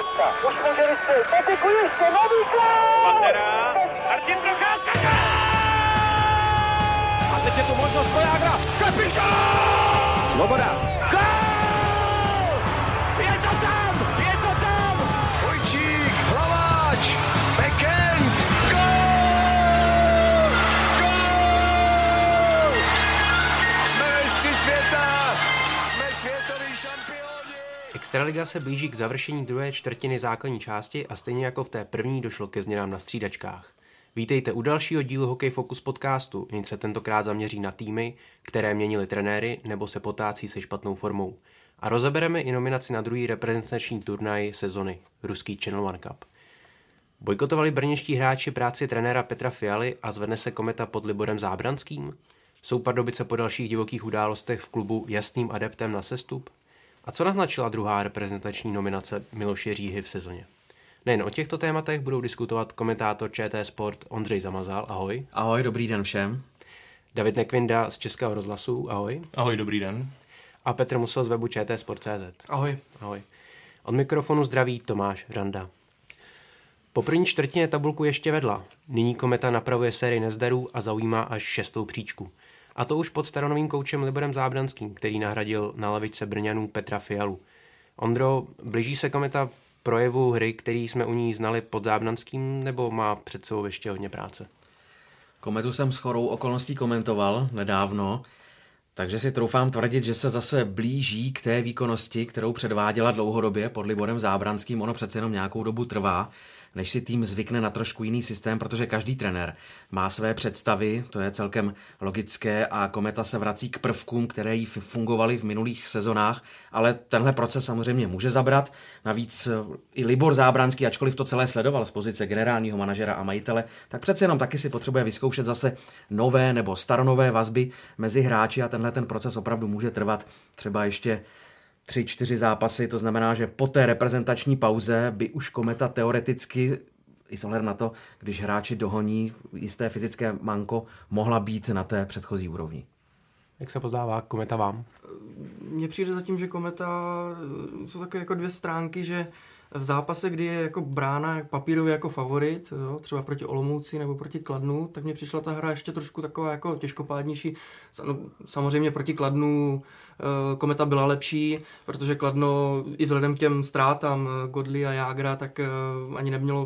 Už může vystřelit, Petriku ještě, nový gól! Pantera, Martin Procházka! A teď je tu možnost pro Jágra, Kapitán! Svoboda! Gól! Je to tam! Je to tam! Vojčík, Hlaváč, Bekend, gól! Gól! Jsme mistři světa! Jsme světoví šampioni! Extraliga se blíží k završení druhé čtvrtiny základní části a stejně jako v té první došlo ke změnám na střídačkách. Vítejte u dalšího dílu Hokej Focus podcastu, jenž se tentokrát zaměří na týmy, které měnili trenéry nebo se potácí se špatnou formou. A rozebereme i nominaci na druhý reprezentační turnaj sezony, ruský Channel One Cup. Bojkotovali brněnští hráči práci trenéra Petra Fialy a zvedne se kometa pod Liborem Zábranským? Jsou Pardubice po dalších divokých událostech v klubu jasným adeptem na sestup? A co naznačila druhá reprezentační nominace Miloše Říhy v sezóně? Nejen o těchto tématech budou diskutovat komentátor ČT Sport Ondřej Zamazal, ahoj. Ahoj, dobrý den všem. David Nekvinda z Českého rozhlasu, ahoj. Ahoj, dobrý den. A Petr Musel z webu čtsport.cz. Ahoj. Ahoj. Od mikrofonu zdraví Tomáš Randa. Po první čtvrtině tabulku ještě vedla. Nyní kometa napravuje sérii nezdarů a zaujímá až 6. příčku. A to už pod staronovým koučem Liborem Zábranským, který nahradil na lavičce Brňanů Petra Fialu. Ondro, blíží se kometa projevu hry, který jsme u ní znali pod Zábranským, nebo má před sebou ještě hodně práce? Kometu jsem shodou okolností komentoval nedávno, takže si troufám tvrdit, že se zase blíží k té výkonnosti, kterou předváděla dlouhodobě pod Liborem Zábranským. Ono přece jenom nějakou dobu trvá, než si tým zvykne na trošku jiný systém, protože každý trenér má své představy, to je celkem logické a kometa se vrací k prvkům, které jí fungovaly v minulých sezonách, ale tenhle proces samozřejmě může zabrat. Navíc i Libor Zábranský, ačkoliv to celé sledoval z pozice generálního manažera a majitele, tak přece jenom taky si potřebuje vyzkoušet zase nové nebo staronové vazby mezi hráči a tenhle ten proces opravdu může trvat třeba ještě 3-4 zápasy, to znamená, že po té reprezentační pauze by už kometa teoreticky, i s ohledem na to, když hráči dohoní jisté fyzické manko, mohla být na té předchozí úrovni. Jak se pozdává kometa vám? Mně přijde zatím, že kometa jsou takové jako dvě stránky, že v zápase, kdy je jako brána papírově jako favorit, jo, třeba proti Olomouci nebo proti Kladnu, tak mně přišla ta hra ještě trošku taková jako těžkopádnější. No, samozřejmě proti Kladnu kometa byla lepší, protože Kladno i vzhledem k těm ztrátám Godley a Jágra, tak ani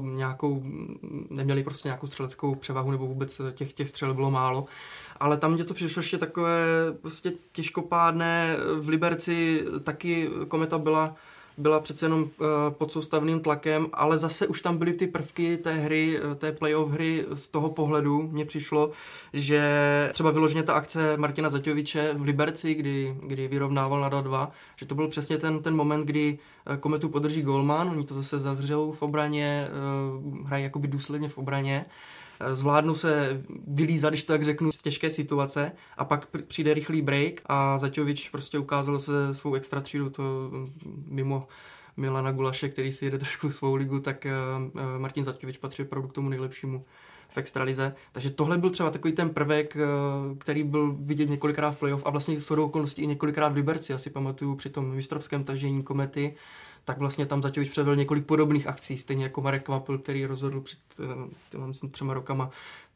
neměli prostě nějakou střeleckou převahu, nebo vůbec těch střel bylo málo. Ale tam mě to přišlo ještě takové prostě těžkopádné. V Liberci taky kometa byla přece jenom pod soustavným tlakem, ale zase už tam byly ty prvky té hry, té playoff hry z toho pohledu. Mně přišlo, že třeba vyloženě ta akce Martina Zaťoviče v Liberci, kdy vyrovnával na 2-2, že to byl přesně ten moment, kdy kometu podrží golman, oni to zase zavřou v obraně, hrají jakoby důsledně v obraně, zvládnu se vylízat, když to tak řeknu, z těžké situace a pak přijde rychlý break a Zaťovič prostě ukázal se svou extra třídu, to mimo Milana Gulaše, který si jede trošku svou ligu, tak Martin Zaťovič patří opravdu k tomu nejlepšímu v extralize. Takže tohle byl třeba takový ten prvek, který byl vidět několikrát v playoff a vlastně shodou okolností i několikrát v Liberci. Já si pamatuju při tom mistrovském tažení komety, tak vlastně tam Zaťovič předvedl několik podobných akcí, stejně jako Marek Kvapil, který rozhodl před 3 rokama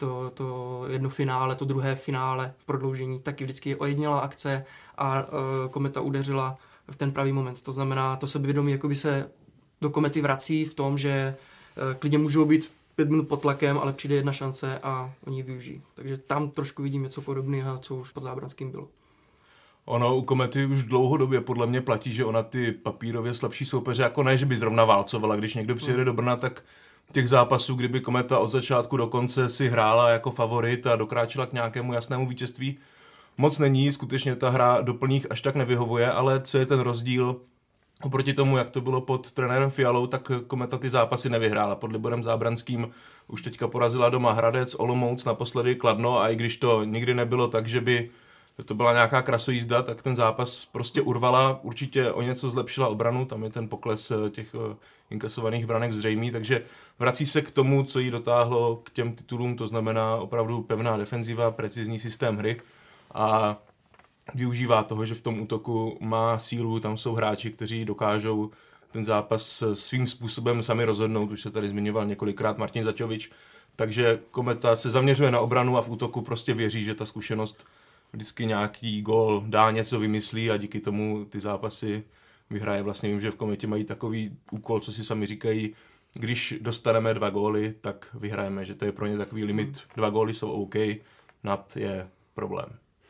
to jedno finále, to druhé finále v prodloužení, taky vždycky ojedinělá akce a kometa udeřila v ten pravý moment. To znamená, to sebevědomí jakoby se do komety vrací v tom, že klidně můžou být 5 minut pod tlakem, ale přijde jedna šance a oni ji využijí. Takže tam trošku vidím něco podobného, co už pod Zábranským bylo. Ono u komety už dlouhodobě podle mě platí, že ona ty papírově slabší soupeře, jako ne, že by zrovna válcovala, když někdo přijede do Brna, tak těch zápasů, kdyby kometa od začátku do konce si hrála jako favorit a dokráčela k nějakému jasnému vítězství, moc není, skutečně ta hra do plných až tak nevyhovuje, ale co je ten rozdíl oproti tomu, jak to bylo pod trenérem Fialou, tak kometa ty zápasy nevyhrála. Pod Liborem Zábranským už teďka porazila doma Hradec, Olomouc, naposledy Kladno a i když to nikdy nebylo tak, že by to byla nějaká krasojízda, tak ten zápas prostě urvala, určitě o něco zlepšila obranu, tam je ten pokles těch inkasovaných branek zřejmý, takže vrací se k tomu, co jí dotáhlo k těm titulům, to znamená opravdu pevná defenziva, precizní systém hry a využívá toho, že v tom útoku má sílu, tam jsou hráči, kteří dokážou ten zápas svým způsobem sami rozhodnout, už se tady zmiňoval několikrát Martin Zaťovič, takže Kometa se zaměřuje na obranu a v útoku prostě věří, že ta zkušenost vždycky nějaký gól dá, něco vymyslí a díky tomu ty zápasy vyhraje. Vlastně vím, že v Kometě mají takový úkol, co si sami říkají, když dostaneme 2 góly, tak vyhrajeme, že to je pro ně takový limit. 2 góly jsou OK, nad je problém.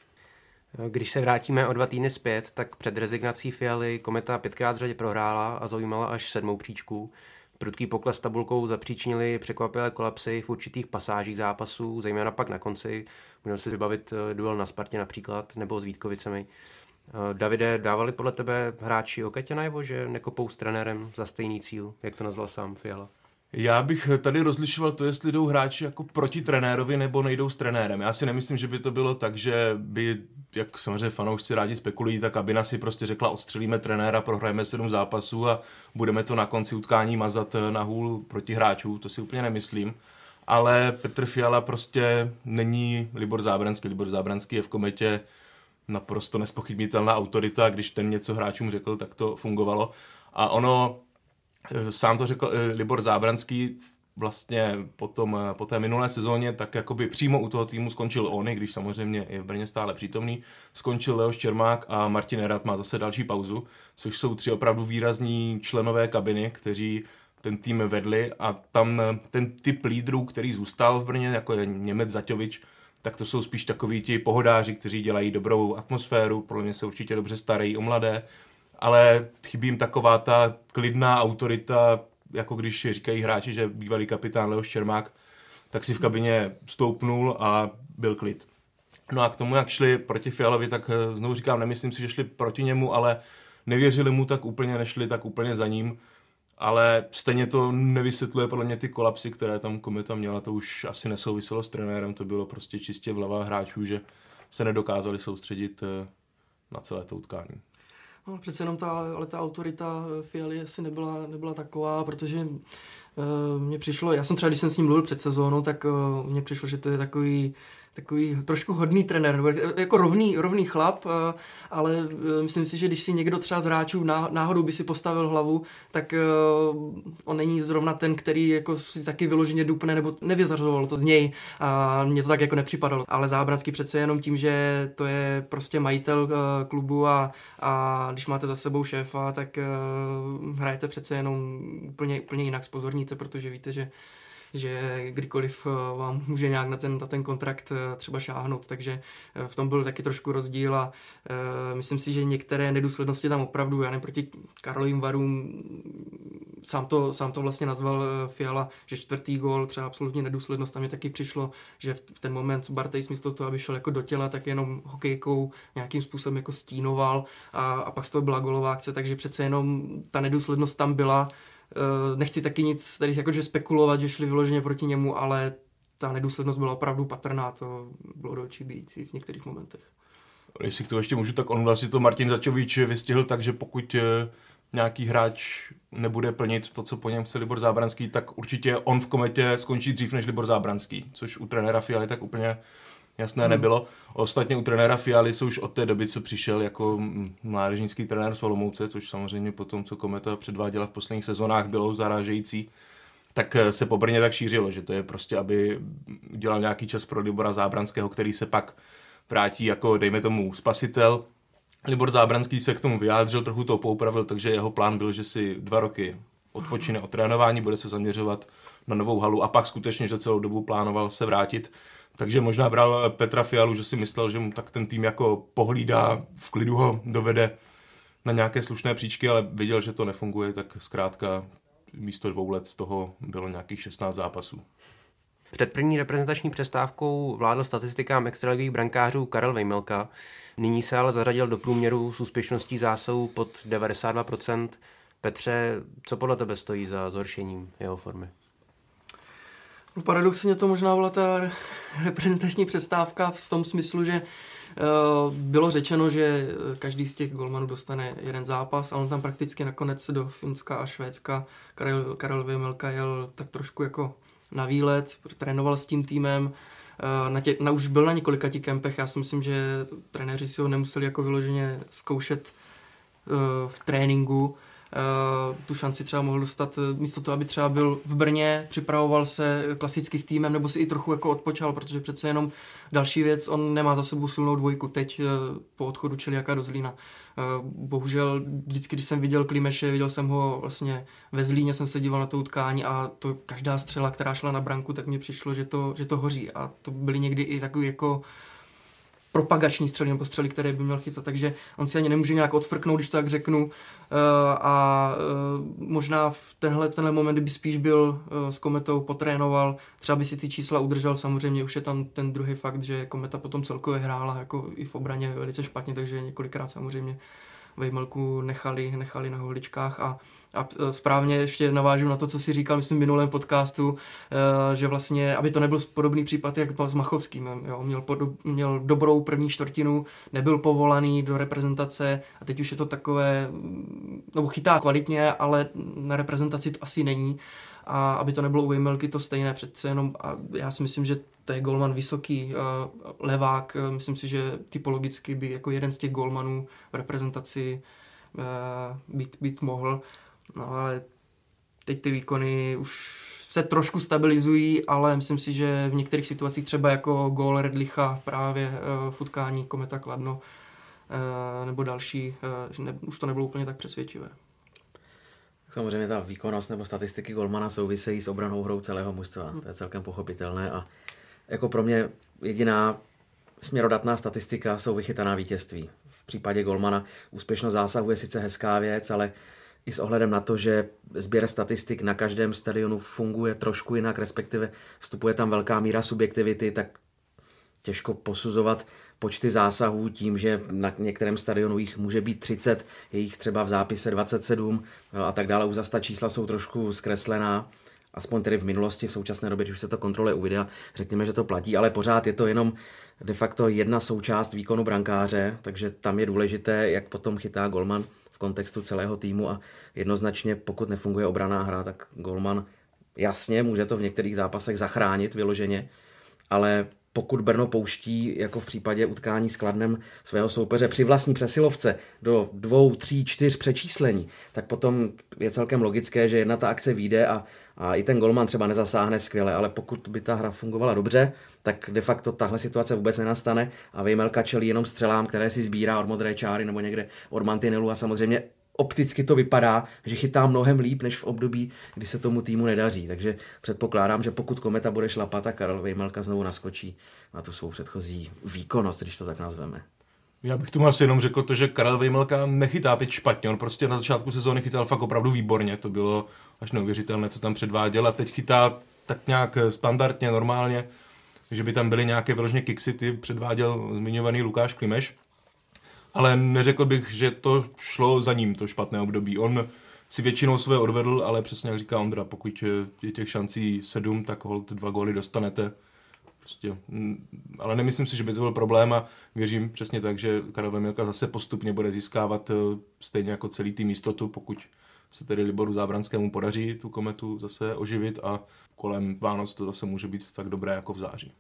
Když se vrátíme o 2 týdny zpět, tak před rezignací Fialy Kometa 5krát v řadě prohrála a zaujímala až 7. příčku. Prudký pokles tabulkou zapříčinili překvapivé kolapsy v určitých pasážích zápasů, zejména pak na konci. Můžeme si vybavit duel na Spartě například, nebo s Vítkovicemi. Davide, dávali podle tebe hráči Okatě najevo, že nekopou s trenérem za stejný cíl, jak to nazval sám Fiala? Já bych tady rozlišoval to, jestli jdou hráči jako proti trenérovi nebo nejdou s trenérem. Já si nemyslím, že by to bylo tak, že by, jak samozřejmě fanoušci rádi spekulují, ta kabina si prostě řekla, odstřelíme trenéra, prohrajeme 7 zápasů a budeme to na konci utkání mazat na hůl proti hráčů. To si úplně nemyslím. Ale Petr Fiala prostě není Libor Zábranský. Libor Zábranský je v Kometě naprosto nespochybnitelná autorita. Když ten něco hráčům řekl, tak to fungovalo. A ono, sám to řekl Libor Zábranský, vlastně po té minulé sezóně, tak jakoby přímo u toho týmu skončil on, když samozřejmě je v Brně stále přítomný, skončil Leoš Čermák a Martin Erat má zase další pauzu, což jsou 3 opravdu výrazní členové kabiny, kteří ten tým vedli a tam ten typ lídrů, který zůstal v Brně, jako je Němec, Zaťovič, tak to jsou spíš takoví ti pohodáři, kteří dělají dobrou atmosféru, podle mě se určitě dobře starají o mladé, ale chybí jim taková ta klidná autorita, jako když říkají hráči, že bývalý kapitán Leoš Čermák, tak si v kabině stoupnul a byl klid. No a k tomu, jak šli proti Fialovi, tak znovu říkám, nemyslím si, že šli proti němu, ale nevěřili mu tak úplně, nešli tak úplně za ním, ale stejně to nevysvětluje podle mě ty kolapsy, které tam Kometa měla, to už asi nesouviselo s trenérem, to bylo prostě čistě v hlavách hráčů, že se nedokázali soustředit na celé to utkání. No, přece jenom ta autorita Fialy asi nebyla taková, protože mně přišlo, já jsem třeba, když jsem s ním mluvil před sezónou, tak mně přišlo, že to je takový trošku hodný trenér, nebo jako rovný chlap, ale myslím si, že když si někdo třeba z hráčů náhodou by si postavil hlavu, tak on není zrovna ten, který jako si taky vyloženě dupne, nebo nevyzařovalo to z něj a mně to tak jako nepřipadalo. Ale Zábranský přece jenom tím, že to je prostě majitel klubu a když máte za sebou šéfa, tak hrajete přece jenom úplně jinak, spozorníte, protože víte, že kdykoliv vám může nějak na ten kontrakt třeba šáhnout, takže v tom byl taky trošku rozdíl a myslím si, že některé nedůslednosti tam opravdu, já nevím, proti Karlovým Varům, sám to vlastně nazval Fiala, že 4. gól, třeba absolutní nedůslednost, tam mi taky přišlo, že v ten moment Bartejs místo toho, aby šel jako do těla, tak jenom hokejkou nějakým způsobem jako stínoval a pak z toho byla gólová akce, takže přece jenom ta nedůslednost tam byla. Nechci taky nic tady jakože spekulovat, že šli vyloženě proti němu, ale ta nedůslednost byla opravdu patrná, to bylo do očí bijící v některých momentech. Jestli k tomu ještě můžu, tak on vlastně to Martin Zaťovič vystihl tak, že pokud nějaký hráč nebude plnit to, co po něm chce Libor Zábranský, tak určitě on v Kometě skončí dřív než Libor Zábranský, což u trenéra Fialy tak úplně jasné nebylo. Ostatně u trenéra Fialy jsou už od té doby, co přišel jako mládežnický trenér z Olomouce, což samozřejmě po tom, co Kometa předváděla v posledních sezónách, bylo zarážející, tak se po Brně tak šířilo, že to je prostě, aby udělal nějaký čas pro Libora Zábranského, který se pak vrátí jako, dejme tomu, spasitel. Libor Zábranský se k tomu vyjádřil, trochu to poupravil, takže jeho plán byl, že si 2 roky odpočine od trénování, bude se zaměřovat na novou halu a pak skutečně, že celou dobu plánoval se vrátit. Takže možná bral Petra Fialu, že si myslel, že mu tak ten tým jako pohlídá, v klidu ho dovede na nějaké slušné příčky, ale viděl, že to nefunguje, tak zkrátka místo 2 let z toho bylo nějakých 16 zápasů. Před první reprezentační přestávkou vládl statistikám extraligových brankářů Karel Vejmelka. Nyní se ale zařadil do průměru s úspěšností zásahu pod 92%. Petře, co podle tebe stojí za zhoršením jeho formy? No, paradoxně to možná byla ta reprezentační přestávka v tom smyslu, že bylo řečeno, že každý z těch golmanů dostane 1 zápas a on tam prakticky nakonec do Finska a Švédska Karel Vejmelka jel tak trošku jako na výlet, trénoval s tím týmem, už byl na několika těch kempech, já si myslím, že trenéři si ho nemuseli jako vyloženě zkoušet v tréninku tu šanci třeba mohl dostat místo toho, aby třeba byl v Brně, připravoval se klasicky s týmem, nebo si i trochu jako odpočal, protože přece jenom další věc, on nemá za sebou silnou dvojku teď po odchodu Čeliaka do Zlína. Bohužel vždycky, když jsem viděl Klimeše, viděl jsem ho vlastně ve Zlíně, jsem se díval na to utkání a to každá střela, která šla na branku, tak mně přišlo, že to hoří a to byly někdy i takový jako propagační střely nebo střely, které by měl chytat, takže on si ani nemůže nějak odfrknout, když to tak řeknu. Možná v tenhle moment, kdyby spíš byl s Kometou, potrénoval, třeba by si ty čísla udržel, samozřejmě už je tam ten druhý fakt, že Kometa potom celkově hrála jako i v obraně velice špatně, takže několikrát samozřejmě Vejmelku nechali na holičkách a správně ještě navážu na to, co si říkal, myslím, v minulém podcastu, že vlastně, aby to nebyl podobný případ jak s Machovským, jo, měl dobrou první čtvrtinu, nebyl povolaný do reprezentace a teď už je to takové, nebo chytá kvalitně, ale na reprezentaci to asi není. A aby to nebylo u Vejmelky to stejné, přece jenom, a já si myslím, že to je golman vysoký, levák, myslím si, že typologicky by jako jeden z těch golmanů v reprezentaci být mohl, no ale teď ty výkony už se trošku stabilizují, ale myslím si, že v některých situacích třeba jako gól Redlicha právě v utkání Kometa Kladno nebo další, už to nebylo úplně tak přesvědčivé. Samozřejmě ta výkonnost nebo statistiky golmana souvisejí s obrannou hrou celého mužstva. To je celkem pochopitelné a jako pro mě jediná směrodatná statistika jsou vychytaná vítězství. V případě golmana úspěšnost zásahu je sice hezká věc, ale i s ohledem na to, že sběr statistik na každém stadionu funguje trošku jinak, respektive vstupuje tam velká míra subjektivity, tak těžko posuzovat počty zásahů tím, že na některém stadionu jich může být 30, je jich třeba v zápise 27 a tak dále. Už zase ta čísla jsou trošku zkreslená, aspoň tedy v minulosti, v současné době, když už se to kontroluje u videa, řekněme, že to platí, ale pořád je to jenom de facto jedna součást výkonu brankáře, takže tam je důležité, jak potom chytá golman v kontextu celého týmu a jednoznačně, pokud nefunguje obranná hra, tak golman jasně může to v některých zápasech zachránit vyloženě, ale pokud Brno pouští, jako v případě utkání s Kladnem, svého soupeře při vlastní přesilovce do 2, 3, 4 přečíslení, tak potom je celkem logické, že jedna ta akce vyjde a i ten golman třeba nezasáhne skvěle, ale pokud by ta hra fungovala dobře, tak de facto tahle situace vůbec nenastane a Vejmelka čelí jenom střelám, které si sbírá od modré čáry nebo někde od mantinelu a samozřejmě opticky to vypadá, že chytá mnohem líp, než v období, kdy se tomu týmu nedaří. Takže předpokládám, že pokud Kometa bude šlapat, tak Karel Vejmelka znovu naskočí na tu svou předchozí výkonnost, když to tak nazveme. Já bych tomu asi jenom řekl to, že Karel Vejmelka nechytá teď špatně. On prostě na začátku sezóny chytal fakt opravdu výborně. To bylo až neuvěřitelné, co tam předváděl. A teď chytá tak nějak standardně, normálně, že by tam byly nějaké vyloženě kiksy, ty předváděl zmiňovaný Lukáš Klimeš. Ale neřekl bych, že to šlo za ním, to špatné období. On si většinou své odvedl, ale přesně jak říká Ondra, pokud je těch šancí 7, tak holt 2 góly dostanete. Prostě, ale nemyslím si, že by to byl problém a věřím přesně tak, že Karel Vejmelka zase postupně bude získávat stejně jako celý tým jistotu, pokud se tedy Liboru Zábranskému podaří tu Kometu zase oživit a kolem Vánoc to zase může být tak dobré jako v září.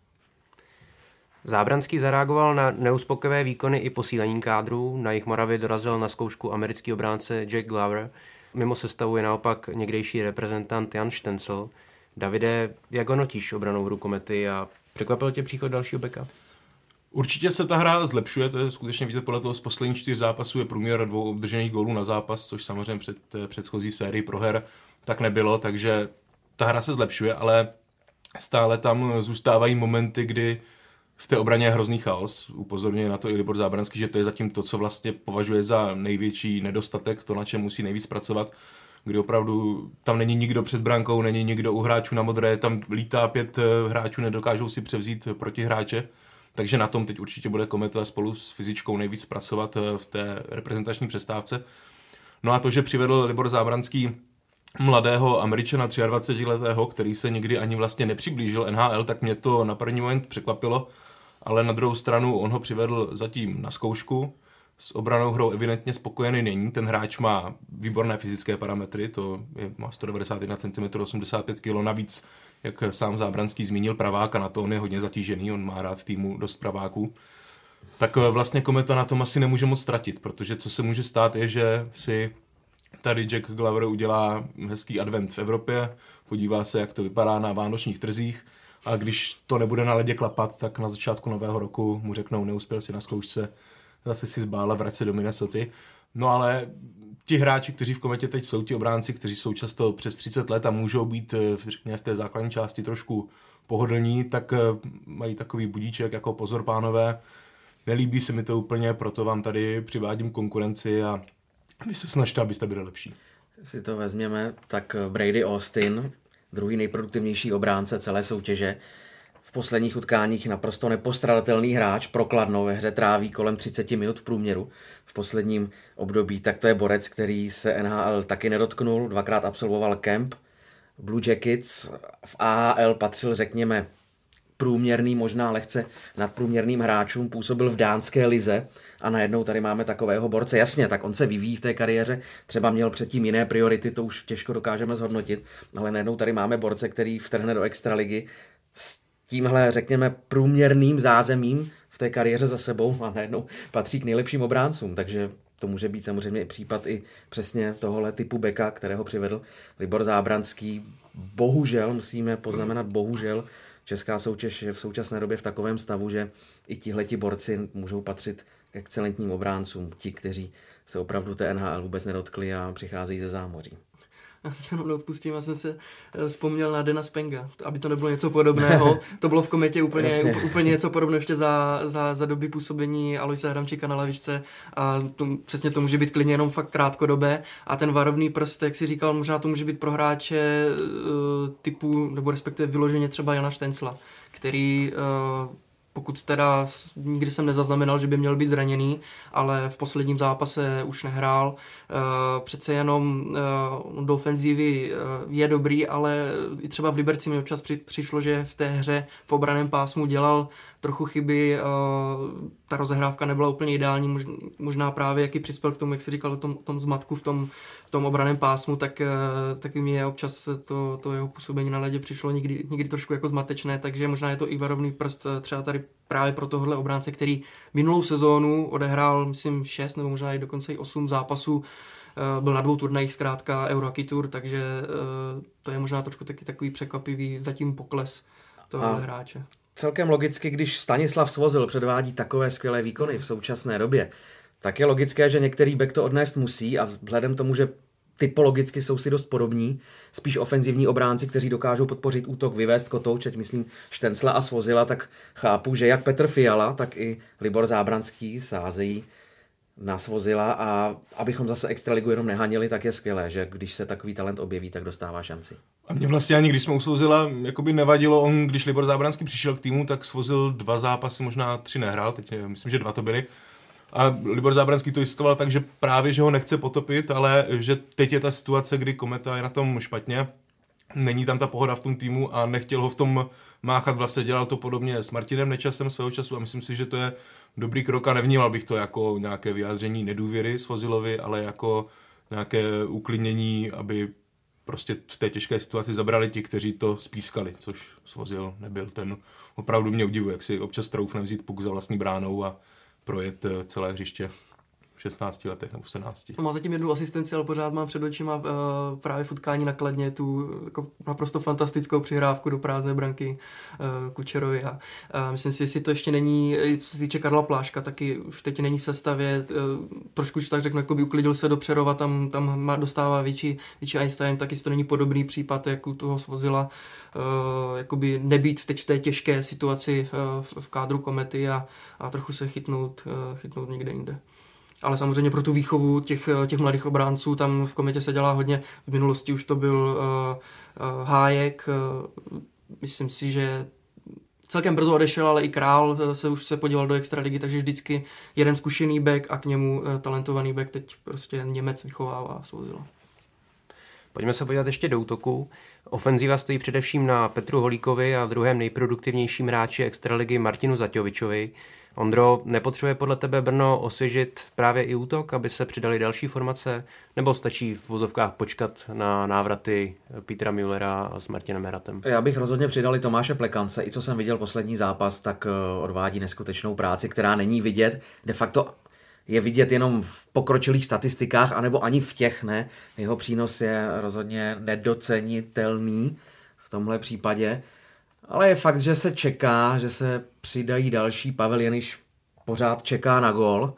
Zábranský zareagoval na neuspokojivé výkony i posílení kádru. Na Jihomoravě dorazil na zkoušku americký obránce Jack Glover. Mimo sestavu je naopak někdejší reprezentant Jan Štencl. Davide, jak hodnotíš obranou hru Komety a překvapil tě příchod dalšího beka? Určitě se ta hra zlepšuje, to je skutečně vidět podle toho z posledních 4 zápasů je průměr 2 obdržených gólů na zápas, což samozřejmě před předchozí sérii proher tak nebylo, takže ta hra se zlepšuje, ale stále tam zůstávají momenty, kdy v té obraně je hrozný chaos. Upozorňuje na to i Libor Zábranský, že to je zatím to, co vlastně považuje za největší nedostatek, to, na čem musí nejvíc pracovat, kdy opravdu tam není nikdo před brankou, není nikdo u hráčů na modré, tam lítá 5 hráčů, nedokážou si převzít protihráče, takže na tom teď určitě bude Kometa spolu s fyzičkou nejvíc pracovat v té reprezentační přestávce. No a to, že přivedl Libor Zábranský mladého Američana 23letého, který se nikdy ani vlastně nepřiblížil NHL, tak mě to na první moment překvapilo, ale na druhou stranu on ho přivedl zatím na zkoušku. S obranou hrou evidentně spokojený není. Ten hráč má výborné fyzické parametry, má 191 cm, 85 kg, navíc, jak sám Zábranský zmínil, pravák a na to on je hodně zatížený, on má rád v týmu dost praváků. Tak vlastně Kometa na tom asi nemůže moc ztratit, protože co se může stát je, že si tady Jack Glover udělá hezký advent v Evropě, podívá se, jak to vypadá na vánočních trzích a když to nebude na ledě klapat, tak na začátku nového roku mu řeknou, neuspěl si na zkoušce, zase si zbál a vrať se do Minnesoty. No ale ti hráči, kteří v Kometě teď jsou, ti obránci, kteří jsou často přes 30 let a můžou být v té základní části trošku pohodlní, tak mají takový budíček jako pozor pánové. Nelíbí se mi to úplně, proto vám tady přivádím konkurenci a vy se snažte, abyste byli lepší. Si to vezměme, tak Brady Austin, druhý nejproduktivnější obránce celé soutěže, v posledních utkáních naprosto nepostradatelný hráč pro Kladno, ve hře tráví kolem 30 minut v průměru v posledním období, tak to je borec, který se NHL taky nedotknul, dvakrát absolvoval kemp. Blue Jackets v AHL patřil, řekněme, průměrný, možná lehce nadprůměrným hráčům, působil v dánské lize a najednou tady máme takového borce. Jasně, tak on se vyvíjí v té kariéře, třeba měl předtím jiné priority, to už těžko dokážeme zhodnotit, ale najednou tady máme borce, který vtrhne do extraligy s tímhle, řekněme, průměrným zázemím v té kariéře za sebou a najednou patří k nejlepším obráncům, takže to může být samozřejmě případ i přesně tohohle typu beka, kterého přivedl Libor Zábranský. Bohužel, musíme poznamenat, bohužel, česká soutěž je v současné době v takovém stavu, že i tihleti borci můžou patřit k excelentním obráncům, ti, kteří se opravdu té NHL vůbec nedotkli a přicházejí ze zámoří. Já se jenom neodpustím, já jsem se vzpomněl na Dena Spenga, aby to nebylo něco podobného. To bylo v Kometě úplně něco podobného ještě za doby působení Aloise Hramčíka na lavičce a přesně to může být klidně jenom fakt krátkodobé a ten varovný prst, jak si říkal, možná to může být pro hráče typu, nebo respektive vyloženě třeba Jana Štencla, který pokud teda nikdy jsem nezaznamenal, že by měl být zraněný, ale v posledním zápase už nehrál. Přece jenom do ofenzívy je dobrý, ale i třeba v Liberci mi občas přišlo, že v té hře v obranném pásmu dělal trochu chyby, ta rozehrávka nebyla úplně ideální, možná právě jaký přispěl k tomu, jak jsi říkal, o tom zmatku v tom obranném pásmu, tak mi je občas to jeho působení na ledě přišlo někdy trošku jako zmatečné, takže možná je to i varovný prst třeba tady právě pro tohle obránce, který minulou sezónu odehrál, myslím, 6 nebo možná i dokonce i 8 zápasů, byl na 2 turnajích zkrátka Euro Hockey Tour, takže to je možná trošku taky takový překvapivý zatím pokles tohohle hráče. Celkem logicky, když Stanislav Svozil předvádí takové skvělé výkony v současné době, tak je logické, že některý back to odnést musí a vzhledem tomu, že typologicky jsou si dost podobní, spíš ofenzivní obránci, kteří dokážou podpořit útok, vyvést kotouč, ať myslím Štencla a Svozila, tak chápu, že jak Petr Fiala, tak i Libor Zábranský sázejí na Svozila a abychom zase extraligu jenom nehanili, tak je skvělé, že když se takový talent objeví, tak dostává šanci. A mě vlastně ani když jsme u Svozila jakoby nevadilo, když Libor Zábranský přišel k týmu, tak Svozil 2 zápasy, možná 3 nehrál, teď myslím, že 2 to byly. A Libor Zábranský to jistoval tak, že právě, že ho nechce potopit, ale že teď je ta situace, kdy Kometa je na tom špatně, není tam ta pohoda v tom týmu a nechtěl ho v tom máchat, vlastně dělal to podobně s Martinem Nečasem svého času a myslím si, že to je dobrý krok a nevnímal bych to jako nějaké vyjádření nedůvěry Svozilovi, ale jako nějaké uklidnění, aby prostě v té těžké situaci zabrali ti, kteří to spískali, což Svozil nebyl. Ten opravdu mě udivuje, jak si občas troufne vzít puk za vlastní bránou a projet celé hřiště v 16 letech nebo v 17. Mám zatím 1 asistenci, ale pořád mám před očima právě v utkání na Kladně tu jako naprosto fantastickou přihrávku do prázdné branky Kučerovi a myslím si, jestli to ještě není, co se týče Karla Pláška, taky už teď není v sestavě, trošku, tak řeknu, jako by uklidil se do Přerova, tam dostává větší ice time, tak jestli to není podobný případ, jak u toho Svozila, jakoby nebýt teď v té těžké situaci v kádru Komety a trochu se chytnout někde jinde. Ale samozřejmě pro tu výchovu těch mladých obránců tam v Kometě se dělá hodně. V minulosti už to byl Hájek, myslím si, že celkem brzo odešel, ale i Král už se podíval do extraligy, takže vždycky jeden zkušený back a k němu talentovaný back, teď prostě Němec vychovává Svozila. Pojďme se podívat ještě do útoku. Ofenzíva stojí především na Petru Holíkovi a druhém nejproduktivnějším hráči extraligy Martinu Zaťovičovi. Ondro, nepotřebuje podle tebe Brno osvěžit právě i útok, aby se přidali další formace, nebo stačí v vozovkách počkat na návraty Petra Müllera s Martinem Heratem? Já bych rozhodně přidal i Tomáše Plekance, i co jsem viděl poslední zápas, tak odvádí neskutečnou práci, která není vidět. De facto je vidět jenom v pokročilých statistikách, anebo ani v těch, ne. Jeho přínos je rozhodně nedocenitelný v tomhle případě. Ale je fakt, že se čeká, že se přidají další. Pavel Jeniš pořád čeká na gól.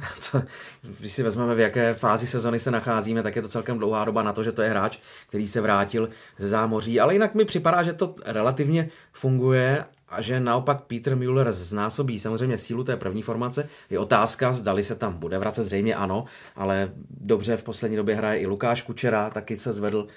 Když si vezmeme, v jaké fázi sezony se nacházíme, tak je to celkem dlouhá doba na to, že to je hráč, který se vrátil ze zámoří. Ale jinak mi připadá, že to relativně funguje a že naopak Peter Müller znásobí samozřejmě sílu té první formace. Je otázka, zdali se tam bude vracet, zřejmě ano, ale dobře v poslední době hraje i Lukáš Kučera, taky se zvedl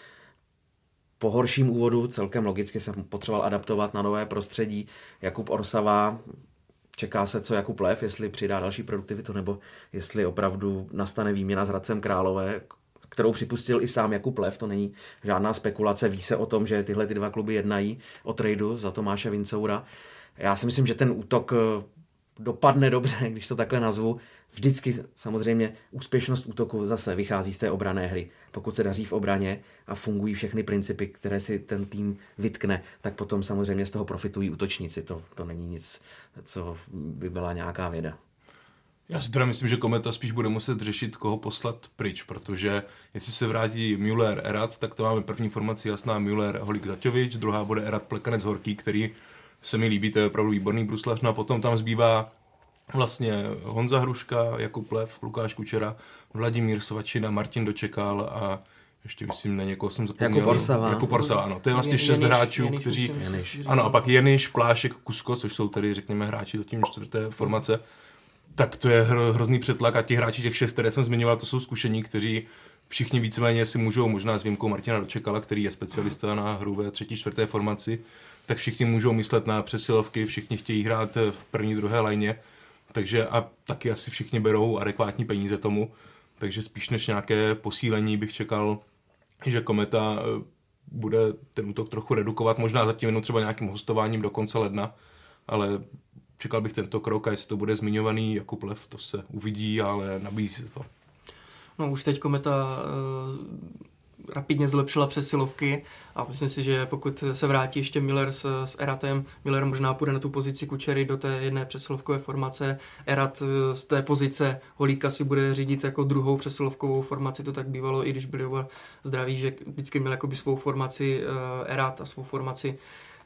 po horším úvodu, celkem logicky jsem potřeboval adaptovat na nové prostředí. Jakub Orsava, čeká se, co Jakub Lev, jestli přidá další produktivitu, nebo jestli opravdu nastane výměna s Hradcem Králové, kterou připustil i sám Jakub Lev, to není žádná spekulace, ví se o tom, že tyhle ty dva kluby jednají o tradu za Tomáše Vincoura. Já si myslím, že ten útok dopadne dobře, když to takhle nazvu. Vždycky samozřejmě úspěšnost útoku zase vychází z té obranné hry. Pokud se daří v obraně a fungují všechny principy, které si ten tým vytkne, tak potom samozřejmě z toho profitují útočníci. To není nic, co by byla nějaká věda. Já si teda myslím, že Kometa spíš bude muset řešit, koho poslat pryč, protože jestli se vrátí Müller, Erat, tak to máme první formaci jasná Müller, Holík, Zaťovič, druhá bude Erat, Plekanec, Horký, který se mi líbí, to je opravdu výborný bruslař, no a potom tam zbývá vlastně Honza Hruška, Jakub Lev, Lukáš Kučera, Vladimír Svačina, Martin Dočekal a ještě myslím, na někoho jsem zapomněl. Jakub Orsava, ano. To je vlastně 6 hráčů, kteří... Ano, a pak Jeniš, Plášek, Kusko, což jsou tady, řekněme, hráči zatím 4. formace. Tak to je hrozný přetlak a ti hráči těch 6, které jsem zmiňoval, to jsou zkušení, kteří všichni víceméně si můžou, možná s výjimkou Martina Dočekala, který je specialista na hru ve 3., 4. formaci, tak všichni můžou myslet na přesilovky, všichni chtějí hrát v první, druhé lajně, takže a taky asi všichni berou adekvátní peníze tomu, takže spíš než nějaké posílení bych čekal, že Kometa bude ten útok trochu redukovat, možná zatím jenom třeba nějakým hostováním do konce ledna, ale čekal bych tento krok a jestli to bude zmiňovaný Jakub Lev, to se uvidí, ale nabízí to. No už teď Kometa rapidně zlepšila přesilovky a myslím si, že pokud se vrátí ještě Müller s Eratem, Müller možná půjde na tu pozici Kučery do té jedné přesilovkové formace, Erat z té pozice Holíka si bude řídit jako druhou přesilovkovou formaci, to tak bývalo, i když byli oba zdraví, že vždycky měl jakoby svou formaci Erat a svou formaci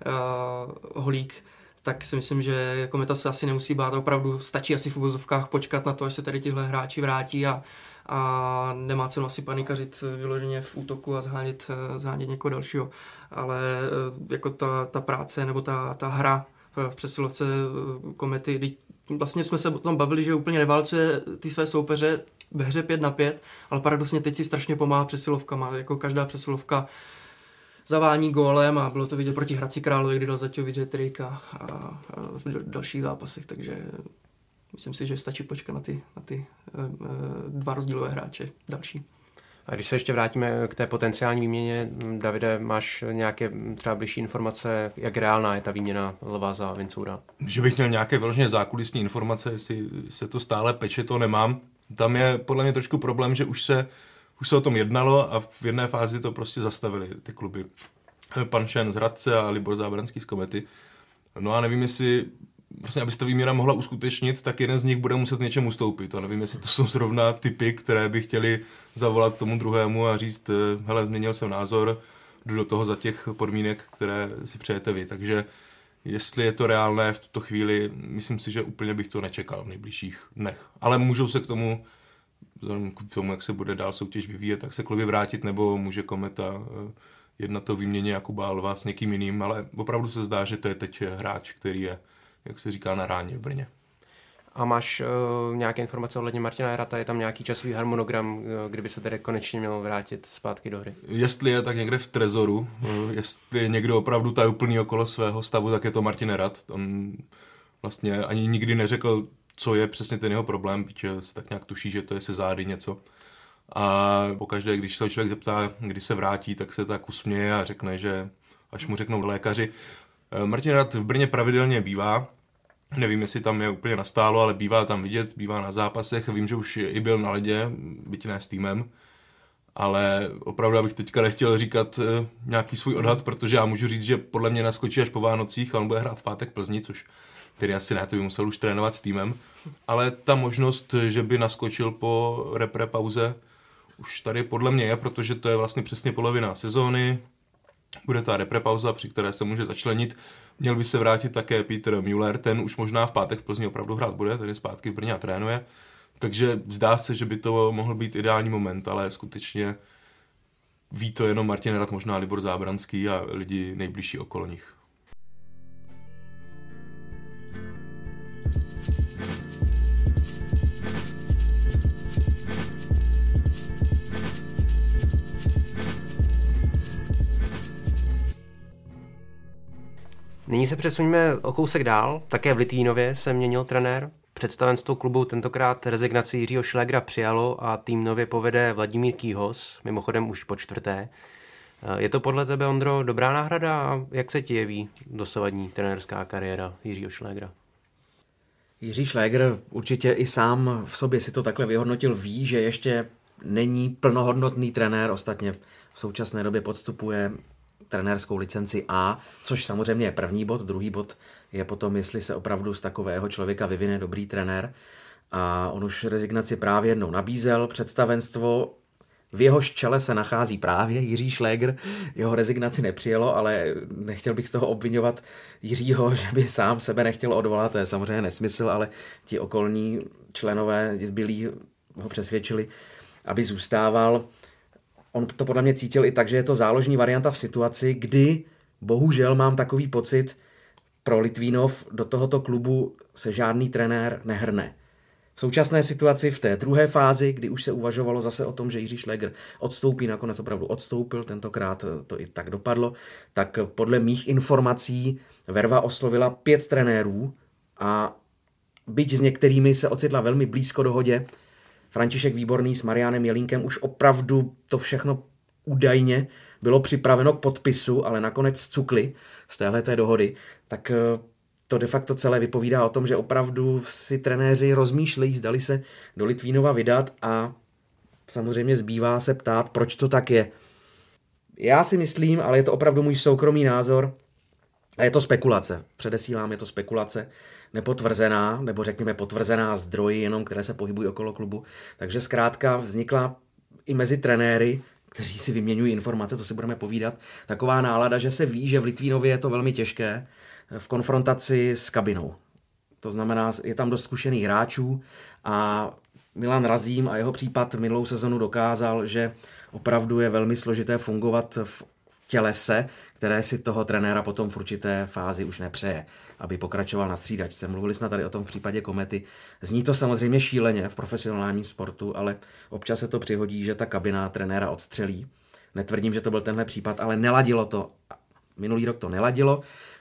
Holík. Tak si myslím, že Kometa se asi nemusí bát, opravdu stačí asi v uvozovkách počkat na to, až se tady tihle hráči vrátí a nemá cenu asi panikařit vyloženě v útoku a zhánět někoho dalšího. Ale jako ta práce nebo ta hra v přesilovce Komety, vlastně jsme se o tom bavili, že úplně neválcuje ty své soupeře ve hře 5-5, ale paradoxně teď si strašně pomáhá přesilovkama, jako každá přesilovka zavání gólem a bylo to vidět proti Hradci Králové, kdy dal Zaťovič hat-trick a v dalších zápasech, takže myslím si, že stačí počkat na ty dva rozdílové hráče další. A když se ještě vrátíme k té potenciální výměně, Davide, máš nějaké třeba bližší informace, jak reálná je ta výměna Lva za Vincoura? Že bych měl nějaké vyloženě zákulisní informace, jestli se to stále peče, to nemám. Tam je podle mě trošku problém, že už se o tom jednalo a v jedné fázi to prostě zastavili ty kluby. Pan Šen z Hradce a Libor Zábranský z Komety. No a nevím, jestli vlastně, aby se ta výměna mohla uskutečnit, tak jeden z nich bude muset něčem ustoupit. A nevím, jestli to jsou zrovna typy, které by chtěli zavolat tomu druhému a říct, hele, změnil jsem názor, jdu do toho za těch podmínek, které si přejete vy. Takže jestli je to reálné v tuto chvíli, myslím si, že úplně bych to nečekal v nejbližších dnech. Ale můžou se k tomu, jak se bude dál soutěž vyvíjet, tak se kluby vrátit, nebo může Kometa jednat o výměně Jakuba Lva s někým jiným, ale opravdu se zdá, že to je teď hráč, který je, jak se říká, na ráně v Brně. A máš nějaké informace ohledně Martina Erata? Je tam nějaký časový harmonogram, kdyby se tedy konečně měl vrátit zpátky do hry? Jestli je, tak někde v trezoru. Jestli je někdo opravdu tajuplný okolo svého stavu, tak je to Martin Erat. On vlastně ani nikdy neřekl, co je přesně ten jeho problém, protože se tak nějak tuší, že to je se zády něco. A pokaždé, když se člověk zeptá, kdy se vrátí, tak se tak usměje a řekne, že až mu řeknou lékaři. Martin Erat v Brně pravidelně bývá. Nevím, jestli tam je úplně nastálo, ale bývá tam vidět, bývá na zápasech. Vím, že už i byl na ledě, byť ne s týmem. Ale opravdu abych teďka nechtěl říkat nějaký svůj odhad, protože já můžu říct, že podle mě naskočí až po Vánocích a on bude hrát v pátek Plzni, což který asi ne, to by musel už trénovat s týmem, ale ta možnost, že by naskočil po repre pauze, už tady podle mě je, protože to je vlastně přesně polovina sezóny, bude ta repre pauza, při které se může začlenit. Měl by se vrátit také Peter Müller, ten už možná v pátek v Plzni opravdu hrát bude, ten je zpátky v Brně a trénuje. Takže zdá se, že by to mohl být ideální moment, ale skutečně ví to jenom Martin Nerad, možná Libor Zábranský a lidi nejbližší okolo nich. Nyní se přesuňme o kousek dál. Také v Litvínově se měnil trenér. Představenstvo klubu tentokrát rezignaci Jiřího Šlégra přijalo a tým nově povede Vladimír Kýhos, mimochodem už po 4. Je to podle tebe, Ondro, dobrá náhrada a jak se ti jeví dosavadní trenérská kariéra Jiřího Šlégra? Jiří Šlégr určitě i sám v sobě si to takhle vyhodnotil, ví, že ještě není plnohodnotný trenér, ostatně v současné době podstupuje trenérskou licenci A, což samozřejmě je první bod, druhý bod je potom, jestli se opravdu z takového člověka vyvine dobrý trenér. A on už rezignaci právě jednou nabízel, představenstvo, v jehož čele se nachází právě Jiří Šlégr, jeho rezignaci nepřijelo, ale nechtěl bych z toho obvinovat Jiřího, že by sám sebe nechtěl odvolat, to je samozřejmě nesmysl, ale ti okolní členové zbylí ho přesvědčili, aby zůstával. On to podle mě cítil i tak, že je to záložní varianta v situaci, kdy bohužel mám takový pocit, pro Litvínov do tohoto klubu se žádný trenér nehrne. V současné situaci v té druhé fázi, kdy už se uvažovalo zase o tom, že Jiří Šlégr odstoupí, nakonec opravdu odstoupil, tentokrát to i tak dopadlo, tak podle mých informací Verva oslovila 5 trenérů a byť s některými se ocitla velmi blízko dohodě, František Výborný s Marianem Jelínkem už opravdu to všechno údajně bylo připraveno k podpisu, ale nakonec cukli z téhleté dohody, tak to de facto celé vypovídá o tom, že opravdu si trenéři rozmýšlejí, zdali se do Litvínova vydat a samozřejmě zbývá se ptát, proč to tak je. Já si myslím, ale je to opravdu můj soukromý názor, a je to spekulace. Předesílám, je to spekulace nepotvrzená, nebo řekněme potvrzená zdroji, jenom které se pohybují okolo klubu. Takže zkrátka vznikla i mezi trenéry, kteří si vyměňují informace, to si budeme povídat, taková nálada, že se ví, že v Litvínově je to velmi těžké v konfrontaci s kabinou. To znamená, je tam dost zkušených hráčů a Milan Razím a jeho případ minulou sezonu dokázal, že opravdu je velmi složité fungovat v tělese, které si toho trenéra potom v určité fázi už nepřeje, aby pokračoval na střídačce. Mluvili jsme tady o tom v případě Komety. Zní to samozřejmě šíleně v profesionálním sportu, ale občas se to přihodí, že ta kabina trenéra odstřelí. Netvrdím, že to byl tenhle případ, ale neladilo to. Minulý rok to neladilo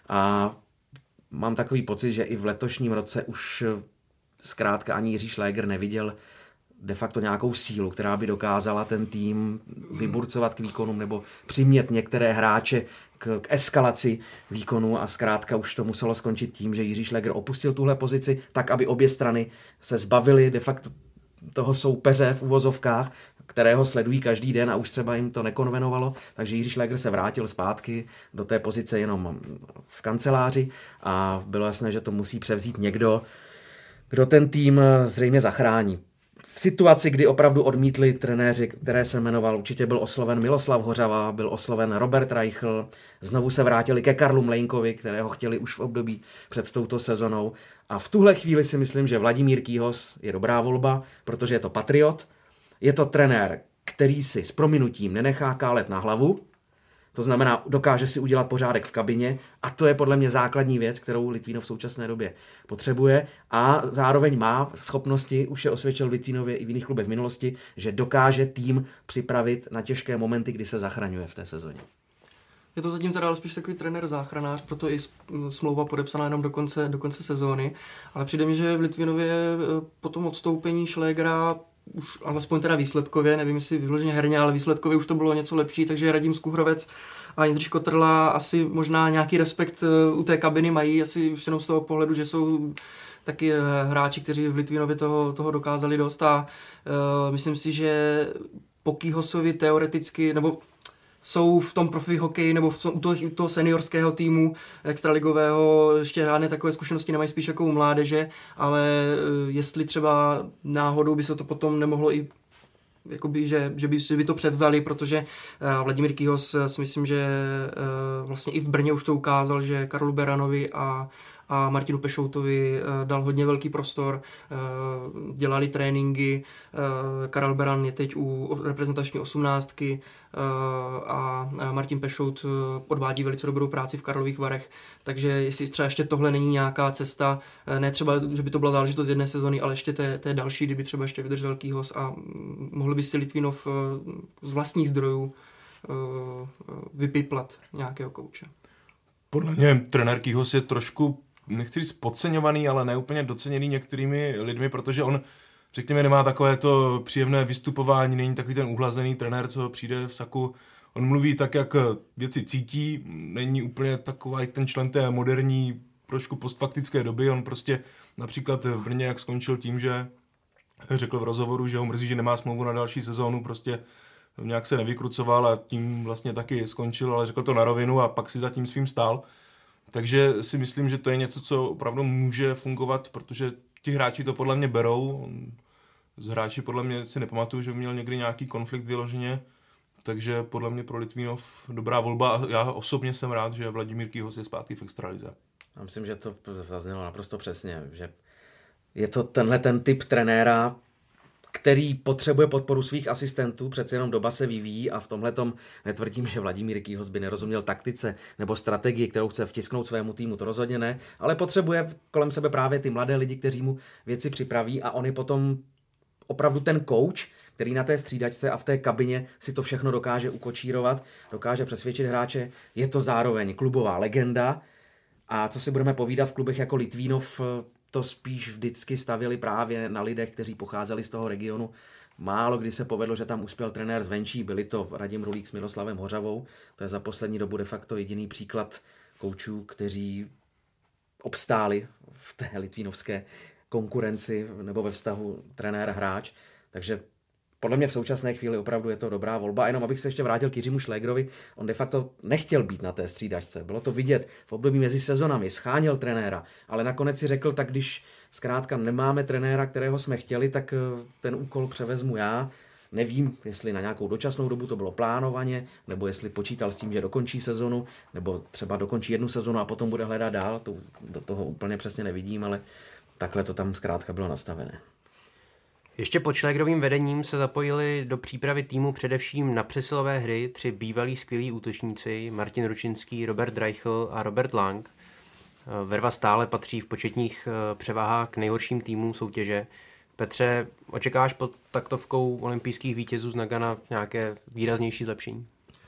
a mám takový pocit, že i v letošním roce už zkrátka ani Jiří Šlégr neviděl de facto nějakou sílu, která by dokázala ten tým vyburcovat k výkonům nebo přimět některé hráče k eskalaci výkonu a zkrátka už to muselo skončit tím, že Jiří Šlégr opustil tuhle pozici tak, aby obě strany se zbavily de facto toho soupeře v uvozovkách, kterého sledují každý den a už třeba jim to nekonvenovalo, takže Jiří Šlégr se vrátil zpátky do té pozice jenom v kanceláři a bylo jasné, že to musí převzít někdo, kdo ten tým zřejmě zachrání. V situaci, kdy opravdu odmítli trenéři, které se jmenoval, určitě byl osloven Miloslav Hořava, byl osloven Robert Reichl, znovu se vrátili ke Karlu Mlejnkovi, kterého chtěli už v období před touto sezonou. A v tuhle chvíli si myslím, že Vladimír Kýhos je dobrá volba, protože je to patriot, je to trenér, který si s prominutím nenechá kálet na hlavu, to znamená, dokáže si udělat pořádek v kabině a to je podle mě základní věc, kterou Litvínov v současné době potřebuje a zároveň má schopnosti, už je osvědčil v Litvínově i v jiných klubech v minulosti, že dokáže tým připravit na těžké momenty, kdy se zachraňuje v té sezóně. Je to zatím teda ale spíš takový trenér záchranář, proto i smlouva podepsaná jenom do konce sezóny, ale přijde mi, že v Litvínově po tom odstoupení Šlégra už alespoň teda výsledkově, nevím jestli vyloženě herně, ale výsledkově už to bylo něco lepší, takže Radim Skuhrovec a Jindřich Kotrla asi možná nějaký respekt u té kabiny mají, asi už jenom z toho pohledu, že jsou taky hráči, kteří v Litvínově toho dokázali dost a myslím si, že po Kýhosovi teoreticky, nebo jsou v tom profi hokeji nebo u toho seniorského týmu extraligového, ještě žádné takové zkušenosti nemají, spíš jako u mládeže, ale jestli třeba náhodou by se to potom nemohlo i jakoby, že by to převzali, protože Vladimír Kýhos si myslím, že vlastně i v Brně už to ukázal, že Karlu Beranovi a Martinu Pešoutovi dal hodně velký prostor, dělali tréninky, Karel Beran je teď u reprezentační 18 a Martin Pešout odvádí velice dobrou práci v Karlových Varech, takže jestli třeba ještě tohle není nějaká cesta, ne třeba, že by to byla záležitost jedné sezony, ale ještě té další, kdyby třeba ještě vydržel Kýhos a mohl by si Litvinov z vlastních zdrojů vypiplat nějakého kouče. Podle mě trenér Kýhos je trošku, nechci říct podceňovaný, ale neúplně doceněný některými lidmi, protože on, řekněme, nemá takové to příjemné vystupování, není takový ten uhlazený trenér, co přijde v saku. On mluví tak, jak věci cítí, není úplně takový ten člen té moderní, trošku postfaktické doby. On prostě například v Brně, jak skončil tím, že řekl v rozhovoru, že ho mrzí, že nemá smlouvu na další sezónu, prostě nějak se nevykrucoval a tím vlastně taky skončil, ale řekl to na rovinu a pak si za tím svým stál. Takže si myslím, že to je něco, co opravdu může fungovat, protože ti hráči to podle mě berou. Z hráči podle mě si nepamatuju, že by měl někdy nějaký konflikt vyloženě, takže podle mě pro Litvínov dobrá volba a já osobně jsem rád, že Vladimír Kýhos je zpátky v extralize. Já myslím, že to zaznělo naprosto přesně, že je to tenhle ten typ trenéra, který potřebuje podporu svých asistentů, přece jenom doba se vyvíjí a v tomhletom netvrdím, že Vladimír Kýhos by nerozuměl taktice nebo strategii, kterou chce vtisknout svému týmu, to rozhodně ne, ale potřebuje kolem sebe právě ty mladé lidi, kteří mu věci připraví a on je potom opravdu ten coach, který na té střídačce a v té kabině si to všechno dokáže ukočírovat, dokáže přesvědčit hráče, je to zároveň klubová legenda a co si budeme povídat v klubech jako Litvínov, to spíš vždycky stavěli právě na lidech, kteří pocházeli z toho regionu. Málo kdy se povedlo, že tam uspěl trenér zvenčí, byli to Radim Rulík s Miloslavem Hořavou. To je za poslední dobu de facto jediný příklad koučů, kteří obstáli v té litvínovské konkurenci nebo ve vztahu trenér-hráč. Takže podle mě v současné chvíli opravdu je to dobrá volba. A jenom abych se ještě vrátil k Jiřímu Šlégrovi, on de facto nechtěl být na té střídačce. Bylo to vidět v období mezi sezonami, scháněl trenéra, ale nakonec si řekl, tak když zkrátka nemáme trenéra, kterého jsme chtěli, tak ten úkol převezmu já. Nevím, jestli na nějakou dočasnou dobu to bylo plánovaně, nebo jestli počítal s tím, že dokončí sezonu, nebo třeba dokončí jednu sezonu a potom bude hledat dál. To do toho úplně přesně nevidím, ale takhle to tam zkrátka bylo nastavené. Ještě pod Šlégrovým vedením se zapojili do přípravy týmu především na přesilové hry 3 bývalí skvělí útočníci Martin Ručinský, Robert Reichl a Robert Lang. Verva stále patří v početních převahách k nejhorším týmům soutěže. Petře, očekáš pod taktovkou olympijských vítězů z Nagana nějaké výraznější zlepšení?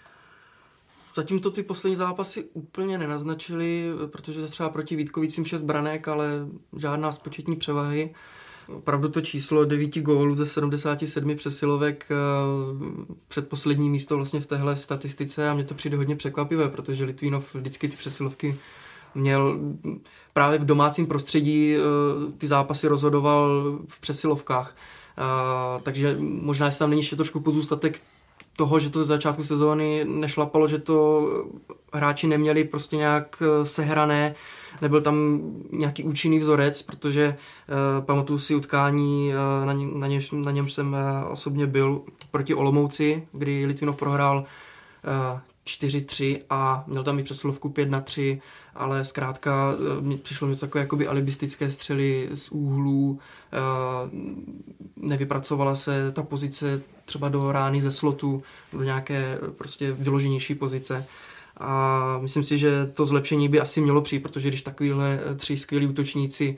Zatím to ty poslední zápasy úplně nenaznačili, protože třeba proti Vítkovicím 6 branek, ale žádná z početní převahy. Opravdu to číslo 9 gólů ze 77 přesilovek předposlední místo vlastně v téhle statistice a mně to přijde hodně překvapivé, protože Litvínov vždycky ty přesilovky měl právě v domácím prostředí, ty zápasy rozhodoval v přesilovkách. Takže možná, jestli tam není ještě trošku pozůstatek toho, že to ze začátku sezóny nešlapalo, že to hráči neměli prostě nějak sehrané, nebyl tam nějaký účinný vzorec, protože pamatuju si utkání, na něm jsem osobně byl proti Olomouci, kdy Litvínov prohrál 4-3 a měl tam i přesilovku 5-3, ale zkrátka přišlo mi to takové jakoby alibistické střely z úhlů, nevypracovala se ta pozice třeba do rány ze slotu, do nějaké prostě vyloženější pozice. A myslím si, že to zlepšení by asi mělo přijít, protože když takovýhle 3 skvělí útočníci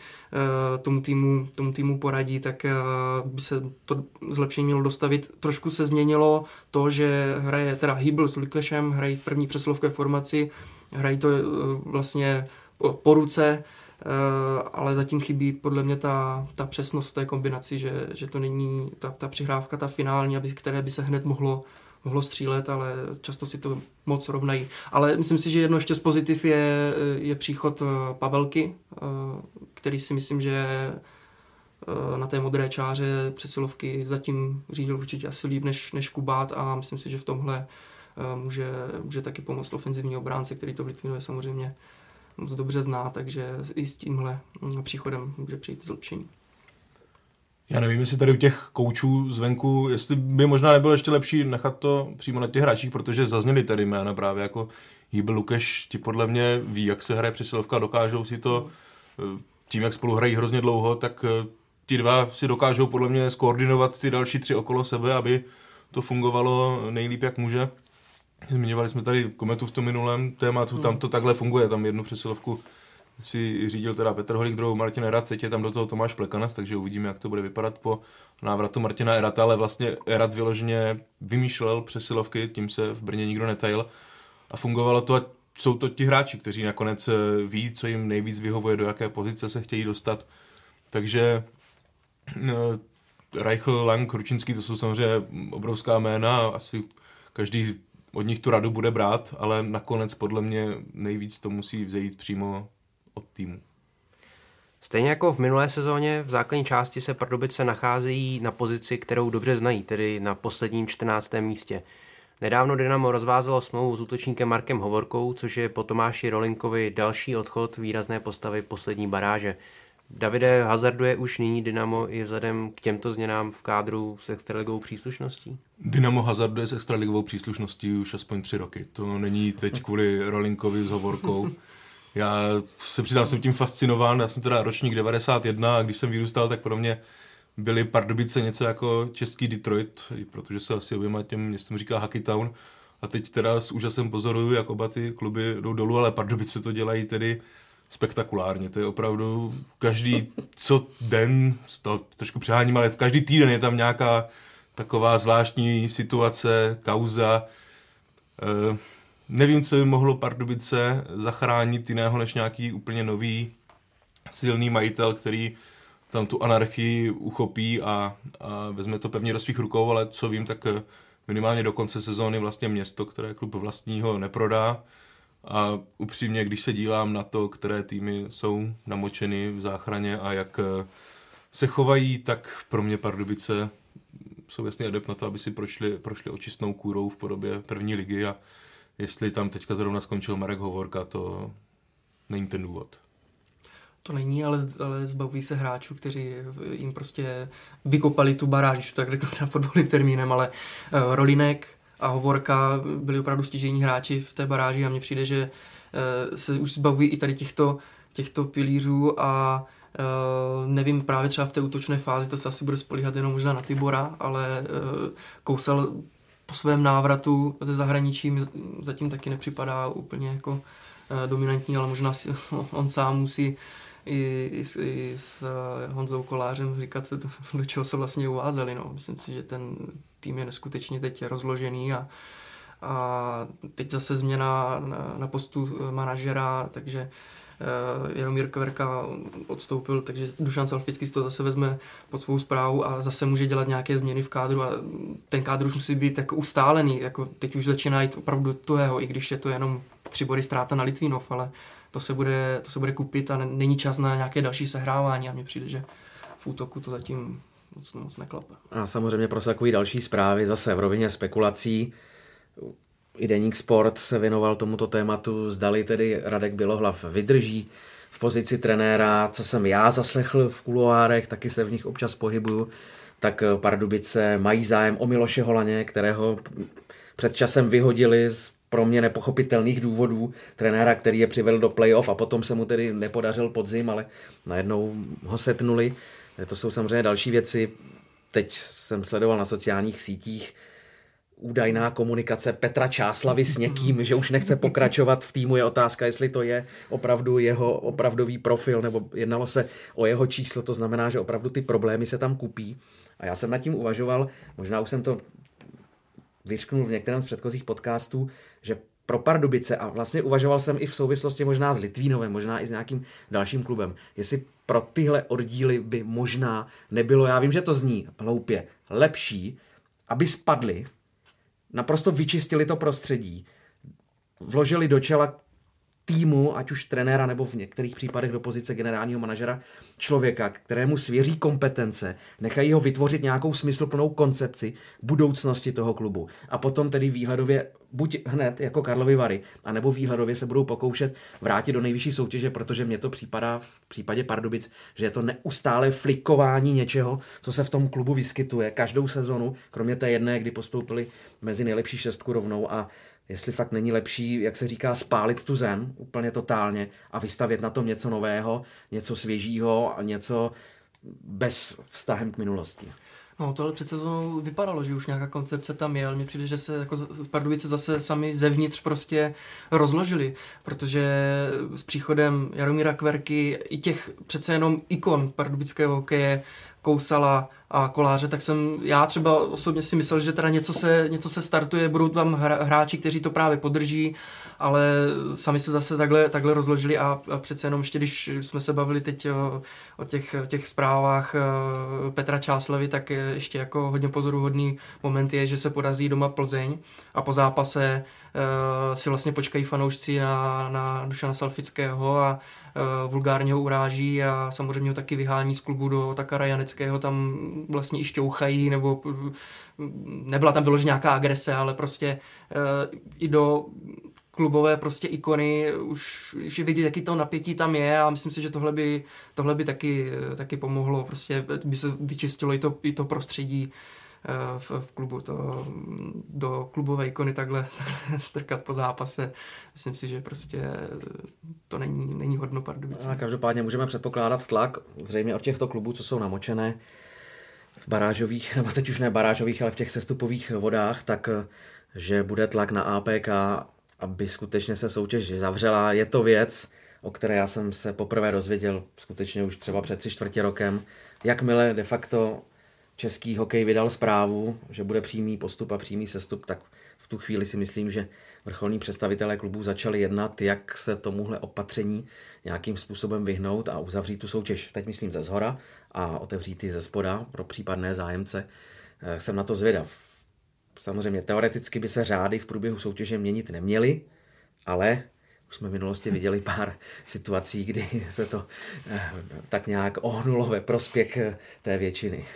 tomu týmu poradí, tak by se to zlepšení mělo dostavit. Trošku se změnilo to, že hraje teda Hybl s Liklešem, hrají v první přesilovké formaci, hrají to vlastně po ruce, ale zatím chybí podle mě ta přesnost v té kombinaci, že to není ta přihrávka, ta finální, které by se hned mohlo střílet, ale často si to moc rovnají. Ale myslím si, že jedno ještě z pozitiv je příchod Pavelky, který si myslím, že na té modré čáře přesilovky zatím řídil určitě asi líp než Kubát a myslím si, že v tomhle může taky pomoct ofenzivní obránce, který to v Litvínově samozřejmě moc dobře zná, takže i s tímhle příchodem může přijít zlepšení. Já nevím, jestli tady u těch koučů zvenku, jestli by možná nebylo ještě lepší nechat to přímo na těch hráčích, protože zazněli tady jména právě jako Hýbl, Lukeš, ti podle mě ví, jak se hraje přesilovka, dokážou si to, tím jak spolu hrají hrozně dlouho, tak ti dva si dokážou podle mě skoordinovat ty další 3 okolo sebe, aby to fungovalo nejlíp, jak může. Zmiňovali jsme tady Kometu v tom minulém tématu, tam to takhle funguje, tam jednu přesilovku si řídil teda Petr Holík, druhou Martin Erat, teď je tam do toho Tomáš Plekanec, takže uvidíme, jak to bude vypadat po návratu Martina Erata, ale vlastně Erat vyloženě vymýšlel přesilovky, tím se v Brně nikdo netajil a fungovalo to a jsou to ti hráči, kteří nakonec ví, co jim nejvíc vyhovuje, do jaké pozice se chtějí dostat, takže Reichl, Lang, Ručinský, to jsou samozřejmě obrovská jména, asi každý od nich tu radu bude brát, ale nakonec podle mě nejvíc to musí vzejít přímo od týmu. Stejně jako v minulé sezóně v základní části se Pardubice nacházejí na pozici, kterou dobře znají, tedy na posledním 14. místě. Nedávno Dynamo rozvázalo smlouvu s útočníkem Markem Hovorkou, což je po Tomáši Rolinkovi další odchod výrazné postavy poslední baráže. Davide, hazarduje už nyní Dynamo i vzhledem k těmto změnám v kádru s extraligovou příslušností? Dynamo hazarduje s extraligovou příslušností už aspoň 3 roky. To není teď kvůli Rolinkovi s Hovorkou. Já se přiznám, jsem tím fascinován, já jsem teda ročník 91 a když jsem vyrůstal, tak pro mě byly Pardubice něco jako český Detroit, protože se asi oběma těm městům říká Hockey Town a teď teda s úžasem pozoruju, jak oba ty kluby jdou dolů, ale Pardubice to dělají tedy spektakulárně, to je opravdu každý den, to trošku přeháním, ale každý týden je tam nějaká taková zvláštní situace, kauza. Nevím, co by mohlo Pardubice zachránit jiného než nějaký úplně nový silný majitel, který tam tu anarchii uchopí a vezme to pevně do svých rukou, ale co vím, tak minimálně do konce sezóny vlastně město, které klub vlastního neprodá. A upřímně, když se dívám na to, které týmy jsou namočeny v záchraně a jak se chovají, tak pro mě Pardubice jsou jasný adept na to, aby si prošli očistnou kůrou v podobě první ligy a jestli tam teďka zrovna skončil Marek Hovorka, to není ten důvod. To není, ale zbavují se hráčů, kteří jim prostě vykopali tu baráž, tak řeknu ten fotbalovým termínem, ale Rolínek a Hovorka byli opravdu stěžejní hráči v té baráži a mně přijde, že se už zbavují i tady těchto pilířů a nevím, právě třeba v té útočné fázi, to se asi bude spolíhat jenom možná na Tibora, ale Kousal po svém návratu ze zahraničí zatím taky nepřipadá úplně jako dominantní, ale možná si on sám musí i s Honzou Kolářem říkat, do čeho se vlastně uvázeli. No. Myslím si, že ten tým je neskutečně teď rozložený a teď zase změna na postu manažera, takže Jaromír Kverka odstoupil, takže Dušan Salfický to zase vezme pod svou správu a zase může dělat nějaké změny v kádru a ten kádr už musí být tak ustálený, jako teď už začíná jít opravdu do tuhého, i když je to jenom 3 body ztráta na Litvínov, ale to se bude kupit a není čas na nějaké další sehrávání a mně přijde, že v útoku to zatím moc neklape. A samozřejmě prosakují další zprávy zase v rovině spekulací. I Deník Sport se věnoval tomuto tématu, zdali tedy Radek Bělohlav vydrží v pozici trenéra, co jsem já zaslechl v kuloárech, taky se v nich občas pohybuju, tak Pardubice mají zájem o Miloše Holaně, kterého před časem vyhodili z pro mě nepochopitelných důvodů, trenéra, který je přivedl do playoff a potom se mu tedy nepodařil podzim, ale najednou ho setnuli. To jsou samozřejmě další věci. Teď jsem sledoval na sociálních sítích údajná komunikace Petra Čáslavy s někým, že už nechce pokračovat v týmu. Je otázka, jestli to je opravdu jeho opravdový profil, nebo jednalo se o jeho číslo, to znamená, že opravdu ty problémy se tam kupí. A já jsem nad tím uvažoval, možná už jsem to vyřknul v některém z předchozích podcastů, že pro Pardubice, a vlastně uvažoval jsem i v souvislosti možná s Litvínovem, možná i s nějakým dalším klubem, jestli pro tyhle oddíly by možná nebylo, já vím, že to zní hloupě, lepší, aby spadli, naprosto vyčistili to prostředí, vložili do čela týmu, ať už trenéra nebo v některých případech do pozice generálního manažera, člověka, kterému svěří kompetence, nechají ho vytvořit nějakou smysluplnou koncepci budoucnosti toho klubu. A potom tedy výhledově buď hned jako Karlovy Vary, anebo výhledově se budou pokoušet vrátit do nejvyšší soutěže, protože mně to připadá v případě Pardubic, že je to neustále flikování něčeho, co se v tom klubu vyskytuje každou sezonu, kromě té jedné, kdy postoupili mezi nejlepší šestku rovnou a jestli fakt není lepší, jak se říká, spálit tu zem úplně totálně a vystavět na tom něco nového, něco svěžího a něco bez vztahem k minulosti. No, tohle před sezónou vypadalo, že už nějaká koncepce tam je, ale mně přijde, že se jako v Pardubice zase sami zevnitř prostě rozložili, protože s příchodem Jaromíra Kverky i těch přece jenom ikon pardubického hokeje, Kousala a Koláře, tak jsem já třeba osobně si myslel, že teda něco se startuje, budou tam hráči, kteří to právě podrží, ale sami se zase takhle rozložili a přece jenom ještě, když jsme se bavili teď o těch zprávách Petra Čáslevy, tak ještě jako hodně pozoruhodný moment je, že se podaří doma Plzeň a po zápase si vlastně počkají fanoušci na Dušana Salfického a vulgárně ho uráží a samozřejmě ho taky vyhání z klubu do Takara Janeckého, tam vlastně i šťouchají, nebo nebyla tam vyložená nějaká agrese, ale prostě i do klubové prostě ikony už je vidět, jaký to napětí tam je a myslím si, že tohle by taky pomohlo, prostě by se vyčistilo i to prostředí v klubu, do klubové ikony takhle strkat po zápase. Myslím si, že prostě to není hodno Pardubice. A každopádně můžeme předpokládat tlak zřejmě od těchto klubů, co jsou namočené v barážových, nebo teď už ne barážových, ale v těch sestupových vodách, tak že bude tlak na APK, aby skutečně se soutěž zavřela. Je to věc, o které já jsem se poprvé dozvěděl skutečně už třeba před 3/4 rokem. Jakmile de facto český hokej vydal zprávu, že bude přímý postup a přímý sestup, tak v tu chvíli si myslím, že vrcholní představitelé klubů začali jednat, jak se tomuhle opatření nějakým způsobem vyhnout a uzavřít tu soutěž. Teď myslím ze zhora a otevřít ji ze spoda pro případné zájemce. Jsem na to zvědav. Samozřejmě teoreticky by se řády v průběhu soutěže měnit neměly, ale už jsme v minulosti viděli pár situací, kdy se to tak nějak ohnulo ve prospěch té většiny.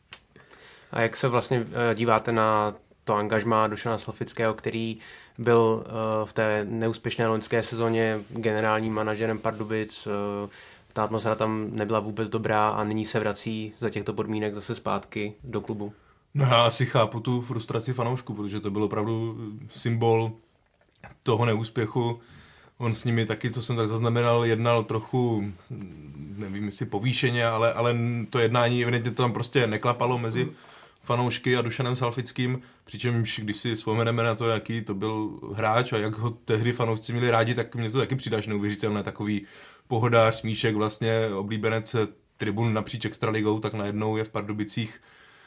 A jak se vlastně díváte na to angažmá Dušana Salfického, který byl v té neúspěšné loňské sezóně generálním manažerem Pardubic, ta atmosféra tam nebyla vůbec dobrá a nyní se vrací za těchto podmínek zase zpátky do klubu? No já asi chápu tu frustraci fanoušku, protože to byl opravdu symbol toho neúspěchu. On s nimi taky, co jsem tak zaznamenal, jednal trochu, nevím jestli povýšeně, ale to jednání evidentně to tam prostě neklapalo mezi fanoušky a Dušanem Salfickým, přičemž když si vzpomeneme na to, jaký to byl hráč a jak ho tehdy fanoušci měli rádi, tak mě to taky přidáš neuvěřitelné, takový pohodář, smíšek, vlastně oblíbenec tribun napříč extraligou, tak najednou je v Pardubicích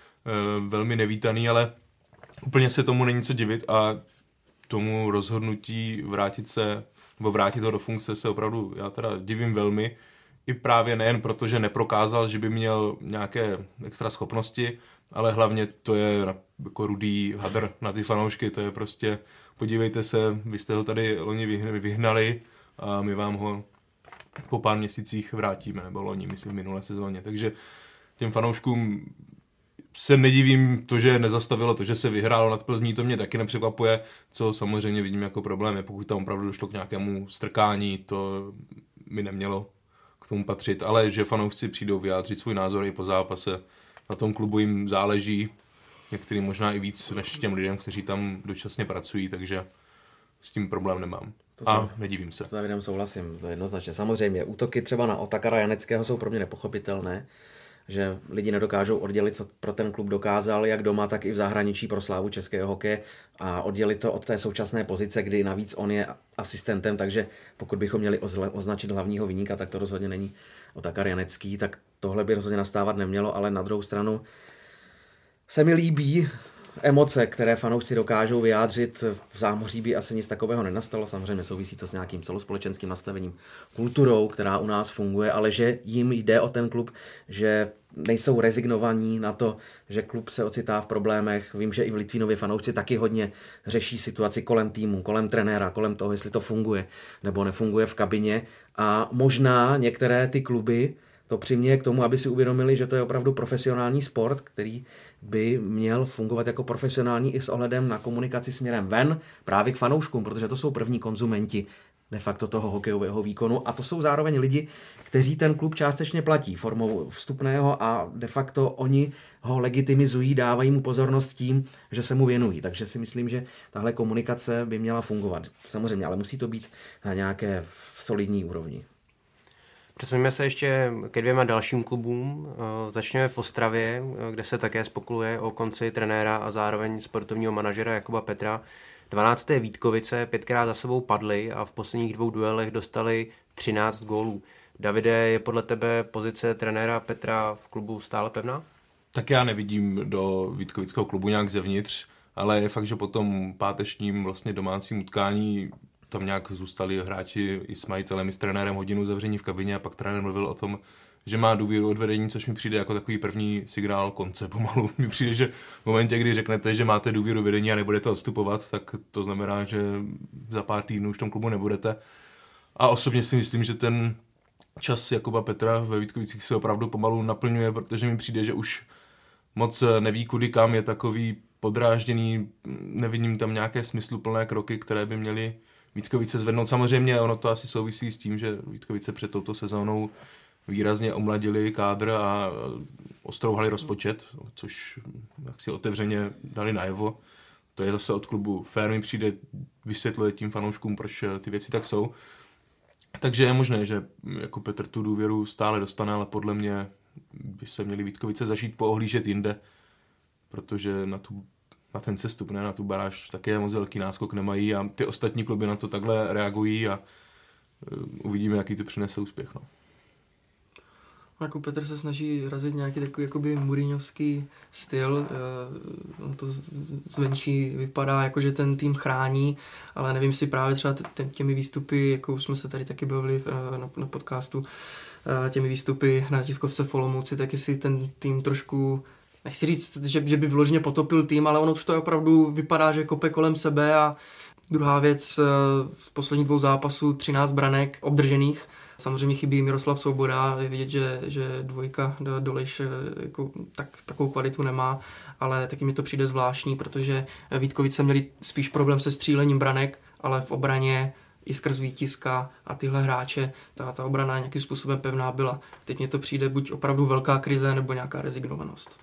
velmi nevítaný, ale úplně se tomu není co divit a tomu rozhodnutí vrátit ho do funkce se opravdu, já teda divím velmi, i právě nejen proto, že neprokázal, že by měl nějaké extra schopnosti, ale hlavně to je jako rudý hadr na ty fanoušky, to je prostě, podívejte se, vy jste ho tady loni vyhnali a my vám ho po pár měsících vrátíme, nebo loni, myslím, v minulé sezóně, takže těm fanouškům se nedivím to, že nezastavilo to, že se vyhrálo nad Plzní, to mě taky nepřekvapuje, co samozřejmě vidím jako problém, je pokud tam opravdu došlo k nějakému strkání, to mi nemělo k tomu patřit, ale že fanoušci přijdou vyjádřit svůj názor i po zápase, na tom klubu jim záleží, některým možná i víc než těm lidem, kteří tam dočasně pracují, takže s tím problém nemám. A nedivím se. S Davidem souhlasím, to je jednoznačně. Samozřejmě, útoky třeba na Otakara Janeckého jsou pro mě nepochopitelné, že lidi nedokážou oddělit, co pro ten klub dokázal, jak doma, tak i v zahraničí pro slávu českého hokeje a oddělit to od té současné pozice, kdy navíc on je asistentem, takže pokud bychom měli označit hlavního viníka, tak to rozhodně není Otakar Janecký, tak tohle by rozhodně nastávat nemělo, ale na druhou stranu se mi líbí emoce, které fanoušci dokážou vyjádřit v zámoří, by asi nic takového nenastalo. Samozřejmě souvisí to s nějakým celospolečenským nastavením, kulturou, která u nás funguje, ale že jim jde o ten klub, že nejsou rezignovaní na to, že klub se ocitá v problémech. Vím, že i v Litvínově fanoušci taky hodně řeší situaci kolem týmu, kolem trenéra, kolem toho, jestli to funguje nebo nefunguje v kabině. A možná některé ty kluby to přiměje k tomu, aby si uvědomili, že to je opravdu profesionální sport, který by měl fungovat jako profesionální i s ohledem na komunikaci směrem ven, právě k fanouškům, protože to jsou první konzumenti de facto toho hokejového výkonu a to jsou zároveň lidi, kteří ten klub částečně platí formou vstupného a de facto oni ho legitimizují, dávají mu pozornost tím, že se mu věnují. Takže si myslím, že tahle komunikace by měla fungovat. Samozřejmě, ale musí to být na nějaké solidní úrovni. Přesuneme se ještě ke 2 dalším klubům. Začněme v Ostravě, kde se také spekuluje o konci trenéra a zároveň sportovního manažera Jakuba Petra. 12. Vítkovice 5krát za sebou padly a v posledních 2 duelech dostali 13 gólů. Davide, je podle tebe pozice trenéra Petra v klubu stále pevná? Tak já nevidím do vítkovického klubu nějak zevnitř, ale je fakt, že po tom pátečním vlastně domácím utkání tam nějak zůstali hráči i s majitelem, i s trenérem hodinu zavření v kabině a pak trenér mluvil o tom, že má důvěru od vedení, což mi přijde jako takový první signál konce pomalu. Mi přijde, že v momentě, kdy řeknete, že máte důvěru vedení a nebudete odstupovat, tak to znamená, že za pár týdnů už v tom klubu nebudete. A osobně si myslím, že ten čas Jakuba Petra ve Vítkovicích se opravdu pomalu naplňuje, protože mi přijde, že už moc neví kudy kam, je takový podrážděný, nevidím tam nějaké smysluplné kroky, které by měly Vítkovice zvednout. Samozřejmě ono to asi souvisí s tím, že Vítkovice před touto sezónou výrazně omladili kádr a ostrouhali rozpočet, což jak si otevřeně dali najevo. To je zase od klubu fér, mi přijde, vysvětluje tím fanouškům, proč ty věci tak jsou. Takže je možné, že jako Petr tu důvěru stále dostane, ale podle mě by se měli Vítkovice začít poohlížet jinde, protože na ten sestup, ne, na tu baráž také moc velký náskok nemají a ty ostatní kluby na to takhle reagují a uvidíme, jaký to přinese úspěch. No. Jako Petr se snaží razit nějaký takový jakoby Mourinhovský styl, on to zvenčí vypadá jako, že ten tým chrání, ale nevím si právě třeba těmi výstupy, jako jsme se tady taky bavili na podcastu, těmi výstupy na tiskovce v Olomouci, tak jestli ten tým trošku, nechci říct, že by vyloženě potopil tým, ale ono už to opravdu vypadá, že kope kolem sebe. A druhá věc, v posledních 2 zápasů 13 branek obdržených. Samozřejmě chybí Miroslav Svoboda, je vidět, že dvojka Dolejš jako, takovou kvalitu nemá, ale taky mi to přijde zvláštní, protože Vítkovice měli spíš problém se střílením branek, ale v obraně i skrz Vítiska a tyhle hráče, ta obrana nějakým způsobem pevná byla. Teď mně to přijde buď opravdu velká krize, nebo nějaká rezignovanost.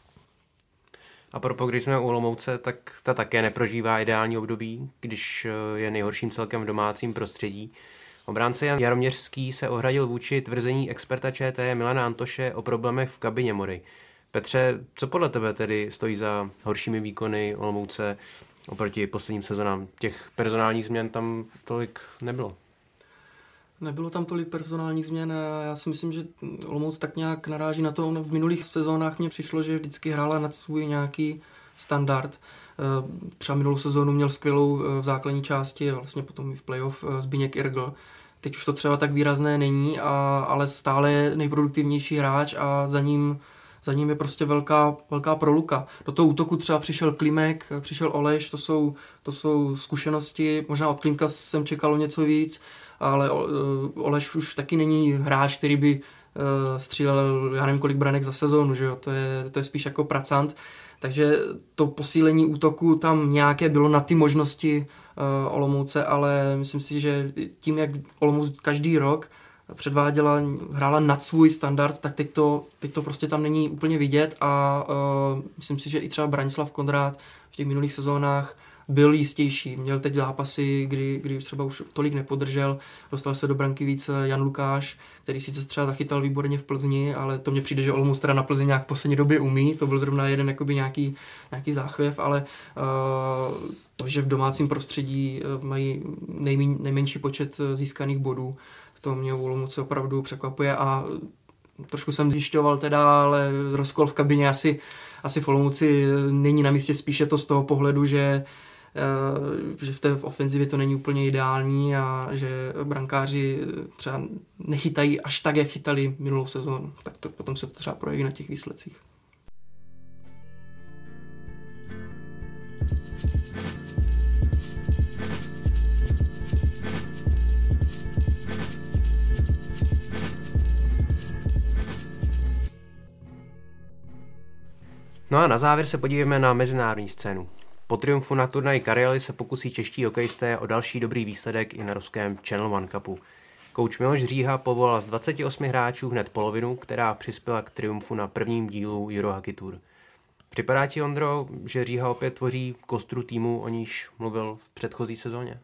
A když jsme u Olomouce, tak ta také neprožívá ideální období, když je nejhorším celkem v domácím prostředí. Obránce Jan Jaroměřský se ohradil vůči tvrzení experta ČT Milana Antoše o problémech v kabině Mory. Petře, co podle tebe tedy stojí za horšími výkony Olomouce oproti posledním sezonám? Těch personálních změn tam tolik nebylo. Nebylo tam tolik personálních změn. Já si myslím, že Olomouc tak nějak naráží na to. V minulých sezónách mně přišlo, že vždycky hrála nad svůj nějaký standard. Třeba minulou sezónu měl skvělou v základní části, vlastně potom i v playoff Zbyněk Irgl. Teď už to třeba tak výrazné není, ale stále je nejproduktivnější hráč a za ním je prostě velká proluka. Do toho útoku třeba přišel Klimek, přišel Oleš, to jsou zkušenosti. Možná od Klimka jsem čekal něco víc, ale Oleš už taky není hráč, který by střílel, já nevím kolik branek za sezónu, že jo? To je spíš jako pracant. Takže to posílení útoku tam nějaké bylo na ty možnosti Olomouce, ale myslím si, že tím, jak Olomouc každý rok hrála nad svůj standard, tak teď to prostě tam není úplně vidět a myslím si, že i třeba Branislav Konrád v těch minulých sezónách byl jistější. Měl teď zápasy, kdy třeba už tolik nepodržel, dostal se do branky víc Jan Lukáš, který sice třeba zachytal výborně v Plzni, ale to mně přijde, že Olomouc teda na Plzni nějak v poslední době umí, to byl zrovna jeden jakoby nějaký záchvěv, ale to, že v domácím prostředí mají nejmenší počet získaných bodů, to mě u Olomouce opravdu překvapuje a trošku jsem zjišťoval teda, ale rozkol v kabině asi v Olomouci není na místě, spíše to z toho pohledu, že v ofenzivě to není úplně ideální a že brankáři třeba nechytají až tak, jak chytali minulou sezónu. Tak to potom se to třeba projeví na těch výsledcích. No a na závěr se podívejme na mezinárodní scénu. Po triumfu na turnaji Karjaly se pokusí čeští hokejisté o další dobrý výsledek i na ruském Channel One Cupu. Kouč Miloš Říha povolal z 28 hráčů hned polovinu, která přispěla k triumfu na prvním dílu Eurohockey Tour. Připadá ti, Ondro, že Říha opět tvoří kostru týmu, o níž mluvil v předchozí sezóně?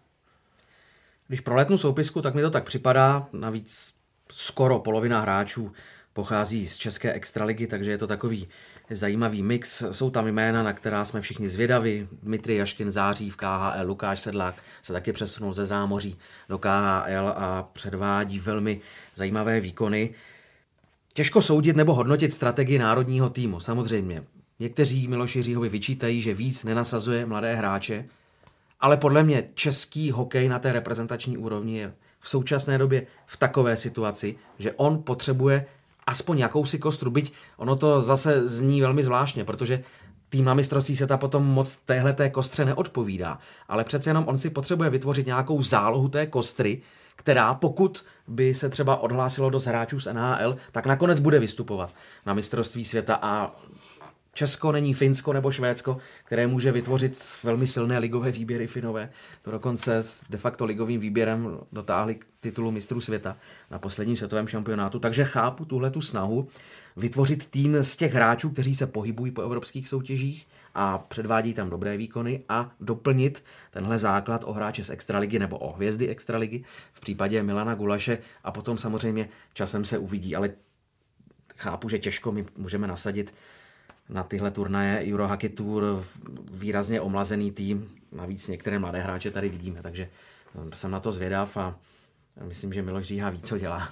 Když prolétnu soupisku, tak mi to tak připadá. Navíc skoro polovina hráčů pochází z české extraligy, takže je to takový zajímavý mix. Jsou tam jména, na která jsme všichni zvědaví. Dmitrij Jaškin září v KHL, Lukáš Sedlák se taky přesunul ze Zámoří do KHL a předvádí velmi zajímavé výkony. Těžko soudit nebo hodnotit strategii národního týmu, samozřejmě. Někteří Miloši Říhovi vyčítají, že víc nenasazuje mladé hráče, ale podle mě český hokej na té reprezentační úrovni je v současné době v takové situaci, že on potřebuje aspoň jakousi kostru, byť ono to zase zní velmi zvláštně, protože tým na mistrovství světa potom moc téhleté kostře neodpovídá, ale přece jenom on si potřebuje vytvořit nějakou zálohu té kostry, která pokud by se třeba odhlásilo dost hráčů z NHL, tak nakonec bude vystupovat na mistrovství světa a Česko není Finsko nebo Švédsko, které může vytvořit velmi silné ligové výběry. Finové to dokonce s de facto ligovým výběrem dotáhli k titulu mistrů světa na posledním světovém šampionátu. Takže chápu tuhletu snahu vytvořit tým z těch hráčů, kteří se pohybují po evropských soutěžích a předvádí tam dobré výkony a doplnit tenhle základ o hráče z extraligy nebo o hvězdy extraligy v případě Milana Gulaše a potom samozřejmě časem se uvidí, ale chápu, že těžko my můžeme nasadit na tyhle turnaje Eurohockey Tour výrazně omlazený tým. Navíc některé mladé hráče tady vidíme, takže jsem na to zvědav a myslím, že Miloš Říha ví, co dělá.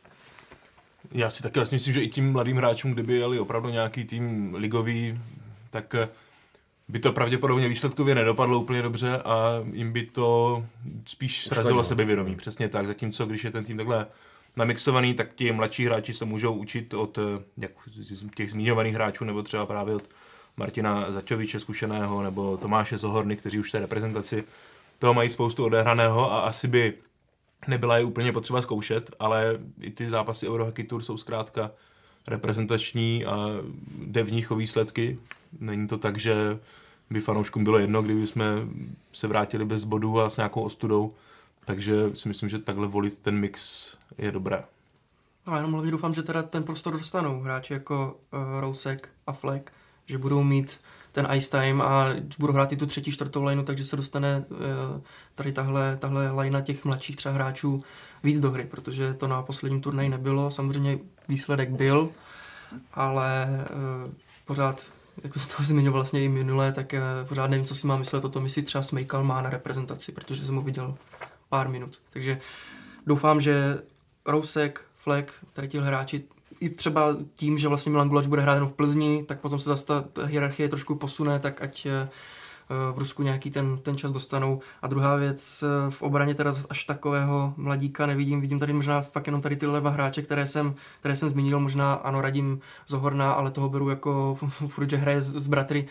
Já si taky vlastně myslím, že i tím mladým hráčům, kdyby jeli opravdu nějaký tým ligový, tak by to pravděpodobně výsledkově nedopadlo úplně dobře a jim by to spíš srazilo sebevědomí. Přesně tak, zatímco když je ten tým takhle namixovaný, tak ti mladší hráči se můžou učit od těch zmiňovaných hráčů, nebo třeba právě od Martina Zaťoviče zkušeného, nebo Tomáše Zohorny, kteří už v té reprezentaci toho mají spoustu odehraného a asi by nebyla je úplně potřeba zkoušet, ale i ty zápasy Eurohockey Tour jsou zkrátka reprezentační a jde v nich o výsledky. Není to tak, že by fanouškům bylo jedno, kdyby jsme se vrátili bez bodů a s nějakou ostudou. Takže si myslím, že takhle volit ten mix je dobré. No, jenom hlavně doufám, že teda ten prostor dostanou hráči jako Rousek a Fleck, že budou mít ten ice time a budou hrát i tu třetí, čtvrtou lineu, takže se dostane tady tahle linea těch mladších třeba hráčů víc do hry, protože to na posledním turnaji nebylo. Samozřejmě výsledek byl, ale pořád, jak se to zmiňoval vlastně i minule, tak pořád nevím, co si má myslet o tom, jestli třeba Smejkal má na reprezentaci, protože jsem ho viděl pár minut. Takže doufám, že Rousek, Fleck, tady ti hráči, i třeba tím, že vlastně Milan Gulaš bude hrát jenom v Plzni, tak potom se zase ta hierarchie trošku posune, tak ať v Rusku nějaký ten čas dostanou. A druhá věc, v obraně teda až takového mladíka nevidím. Vidím tady možná fakt jenom tady tyhle dva hráče, které jsem zmínil. Možná ano, Radim Zohorna, ale toho beru jako furt, že hraje z bratry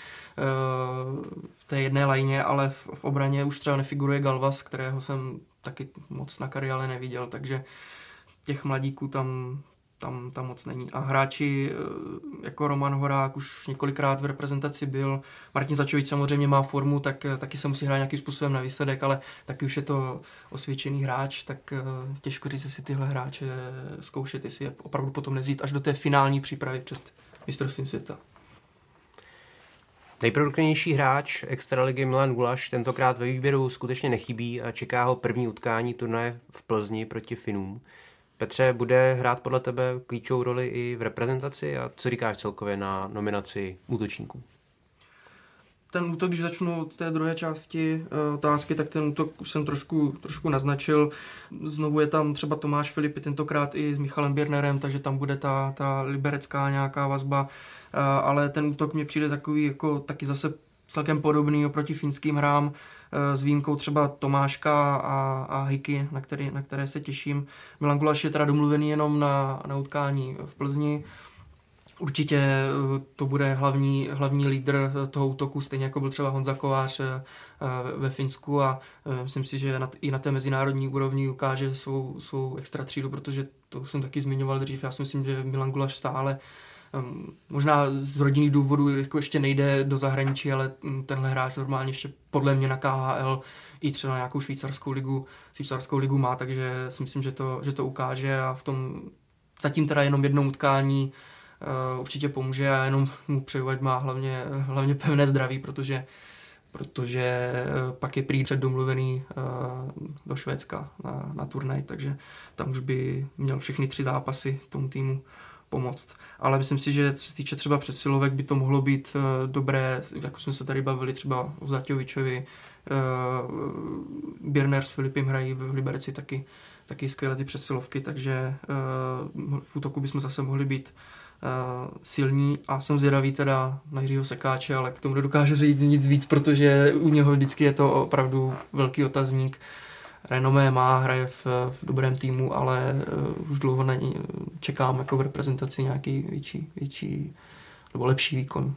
v té jedné lajně, ale v obraně už třeba nefiguruje Galvas, kterého jsem taky moc na Karjale neviděl, takže těch mladíků tam moc není. A hráči jako Roman Horák už několikrát v reprezentaci byl. Martin Zaťovič samozřejmě má formu, tak taky se musí hrát nějakým způsobem na výsledek, ale taky už je to osvědčený hráč, tak těžko říct si tyhle hráče zkoušet, jestli je opravdu potom nevzít až do té finální přípravy před mistrovstvím světa. Nejproduktivnější hráč extraligy Milan Gulaš tentokrát ve výběru skutečně nechybí a čeká ho první utkání turnaje v Plzni proti Finům. Petře, bude hrát podle tebe klíčovou roli i v reprezentaci a co říkáš celkově na nominaci útočníků? ten útok, když začnu od té druhé části otázky, tak ten útok už jsem trošku naznačil. Znovu je tam třeba Tomáš Filipy, tentokrát i s Michalem Birnerem, takže tam bude ta liberecká nějaká vazba, ale ten útok mi přijde takový jako taky zase celkem podobný oproti finským hrám, s výjimkou třeba Tomáška a Hiky, na které se těším. Milan Gulaš je teda domluvený jenom na utkání v Plzni. Určitě to bude hlavní lídr toho útoku, stejně jako byl třeba Honza Kovář ve Finsku, a myslím si, že i na té mezinárodní úrovni ukáže svou extra třídu, protože to jsem taky zmiňoval dřív. Já si myslím, že Milan Gulaš stále možná z rodinných důvodů jako ještě nejde do zahraničí, ale tenhle hráč normálně ještě podle mě na KHL i třeba nějakou švýcarskou ligu má, takže si myslím, že to ukáže, a v tom zatím teda jenom jednou utkání určitě pomůže, a jenom mu přeju, ať má hlavně pevné zdraví, protože pak je prý předdomluvený do Švédska na turnaj, takže tam už by měl všechny 3 zápasy tomu týmu pomoct. Ale myslím si, že co se týče třeba přesilovek, by to mohlo být dobré, jako jsme se tady bavili třeba o Zaťovičovi, Birner s Filipem hrají v Liberci taky skvělé ty přesilovky, takže v útoku bychom zase mohli být silní, a jsem zvědavý teda na Jiřího Sekáče, ale k tomu nedokážu říct nic víc, protože u něho vždycky je to opravdu velký otazník. Renomé má, hraje v dobrém týmu, ale už dlouho na ní čekám jako v reprezentaci nějaký větší nebo lepší výkon.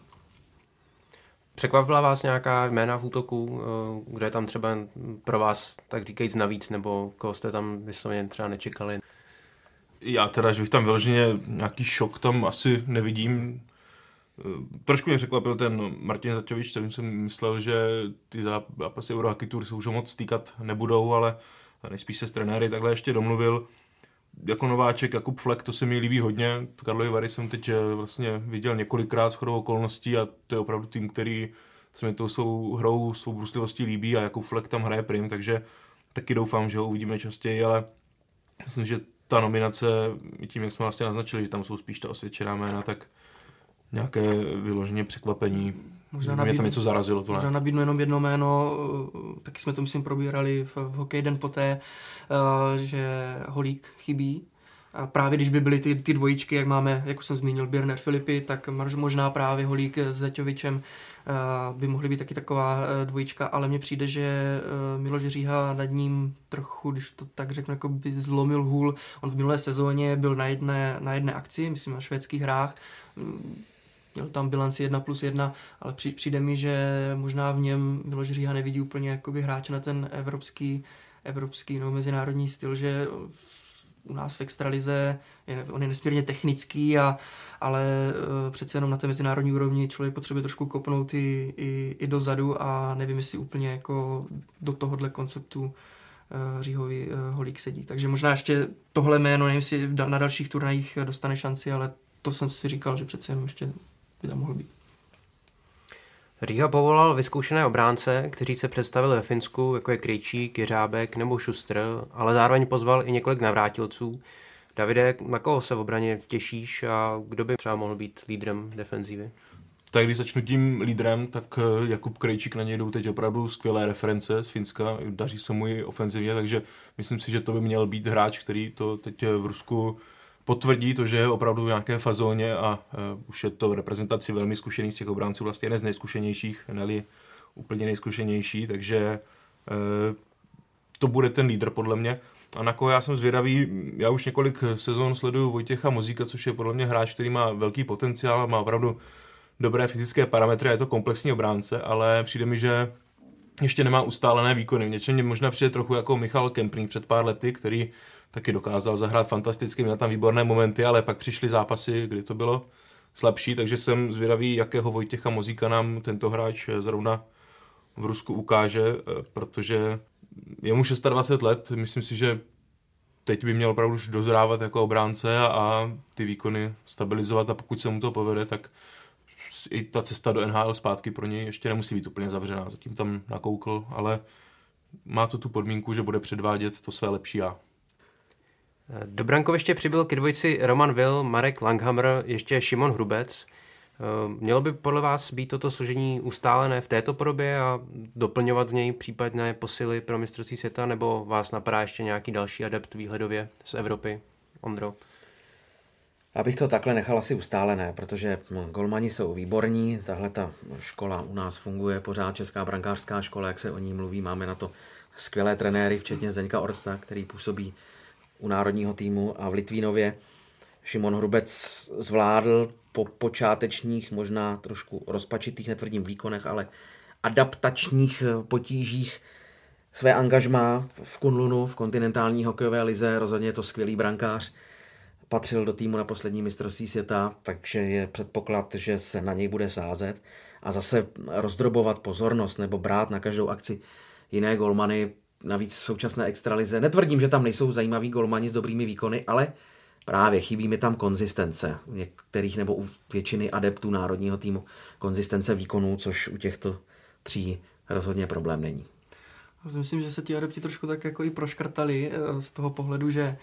Překvapila vás nějaká jména v útoku, kde je tam třeba pro vás, tak říkajíc, navíc, nebo koho jste tam vysloveně třeba nečekali? Já teda, že bych tam vyloženě nějaký šok tam asi nevidím. Trošku mě překvapil ten Martin Zaťovič, kterým jsem myslel, že ty zápasy Eurohockey Tour se už moc týkat nebudou, ale nejspíš se s trenéry takhle ještě domluvil. Jako nováček Jakub Flek, to se mi líbí hodně. Karlovy Vary jsem teď vlastně viděl několikrát shodou okolností, a to je opravdu tým, který se mi tou hrou, svou bruslivostí líbí, a Jakub Flek tam hraje prim, takže taky doufám, že ho uvidíme častěji, ale myslím, že ta nominace, tím, jak jsme vlastně naznačili, že tam jsou spíš ta osvědčená jména, tak nějaké vyloženě překvapení. Mě tam něco zarazilo. Možná nabídnu jenom jedno jméno, taky jsme to myslím probírali v Hokej den poté, že Holík chybí. A právě když by byly ty dvojičky, jak máme, jak už jsem zmínil, Birner Filipy, tak možná právě Holík s Zaťovičem by mohly být taky taková dvojička, ale mně přijde, že Miloš Říha nad ním trochu, když to tak řeknu, jako by zlomil hůl. On v minulé sezóně byl na jedné akci, myslím na švédských hrách, měl tam bilanci 1+1, ale přijde mi, že možná v něm Miloš Říha nevidí úplně jakoby hráče na ten evropský nebo mezinárodní styl, že u nás v extralize on je nesmírně technický, ale přece jenom na té mezinárodní úrovni člověk potřebuje trošku kopnout i dozadu, a nevím, jestli úplně jako do tohohle konceptu Říhovi Holík sedí. Takže možná ještě tohle jméno, nevím, jestli na dalších turnajích dostane šanci, ale to jsem si říkal, že přece jenom ještě by tam mohl být. Říha povolal vyzkoušené obránce, kteří se představili ve Finsku, jako je Krejčík, Jeřábek nebo Šustr, ale zároveň pozval i několik navrátilců. Davide, na koho se v obraně těšíš a kdo by třeba mohl být lídrem defenzívy? Tak když začnu tím lídrem, tak Jakub Krejčík, na něj jdou teď opravdu skvělé reference z Finska, daří se mu i ofenzivně, takže myslím si, že to by měl být hráč, který to teď v Rusku potvrdí to, že je opravdu v nějaké fazóně, a už je to v reprezentaci velmi zkušený z těch obránců, vlastně jeden z nejzkušenějších, ne-li úplně nejzkušenější, takže to bude ten lídr podle mě. A na koho já jsem zvědavý, já už několik sezon sleduju Vojtěcha Mozíka, což je podle mě hráč, který má velký potenciál, má opravdu dobré fyzické parametry, je to komplexní obránce, ale přijde mi, že ještě nemá ustálené výkony. V něčem mě možná přijde trochu jako Michal Kempný před pár lety, který taky dokázal zahrát fantasticky, měl tam výborné momenty, ale pak přišly zápasy, kdy to bylo slabší, takže jsem zvědavý, jakého Vojtěcha Mozíka nám tento hráč zrovna v Rusku ukáže, protože je mu 26 let, myslím si, že teď by měl opravdu už dozrávat jako obránce a ty výkony stabilizovat, a pokud se mu to povede, tak i ta cesta do NHL zpátky pro něj ještě nemusí být úplně zavřená. Zatím tam nakoukl, ale má to tu podmínku, že bude předvádět to své lepší já. Do brankoviště přibyl ke dvojici Roman Will, Marek Langhammer, ještě Šimon Hrubec. Mělo by podle vás být toto složení ustálené v této podobě a doplňovat z něj případné posily pro mistrovství světa, nebo vás napadá ještě nějaký další adept výhledově z Evropy? Ondro? Abych to takhle nechal asi ustálené, protože golmani jsou výborní, tahle ta škola u nás funguje pořád, Česká brankářská škola, jak se o ní mluví, máme na to skvělé trenéry, včetně Zdeňka Orsta, který působí u národního týmu, a v Litvínově Šimon Hrubec zvládl po počátečních, možná trošku rozpačitých, netvrdím výkonech, ale adaptačních potížích své angažmá v Kunlunu, v kontinentální hokejové lize. Rozhodně je to skvělý brankář. Patřil do týmu na poslední mistrovství světa, takže je předpoklad, že se na něj bude sázet. A zase rozdrobovat pozornost nebo brát na každou akci jiné golmany, navíc v současné extralize. Netvrdím, že tam nejsou zajímaví golmani s dobrými výkony, ale právě chybí mi tam konzistence u některých nebo u většiny adeptů národního týmu. Konzistence výkonů, což u těchto 3 rozhodně problém není. Myslím, že se ti adepti trošku tak jako i proškrtali z toho pohledu, že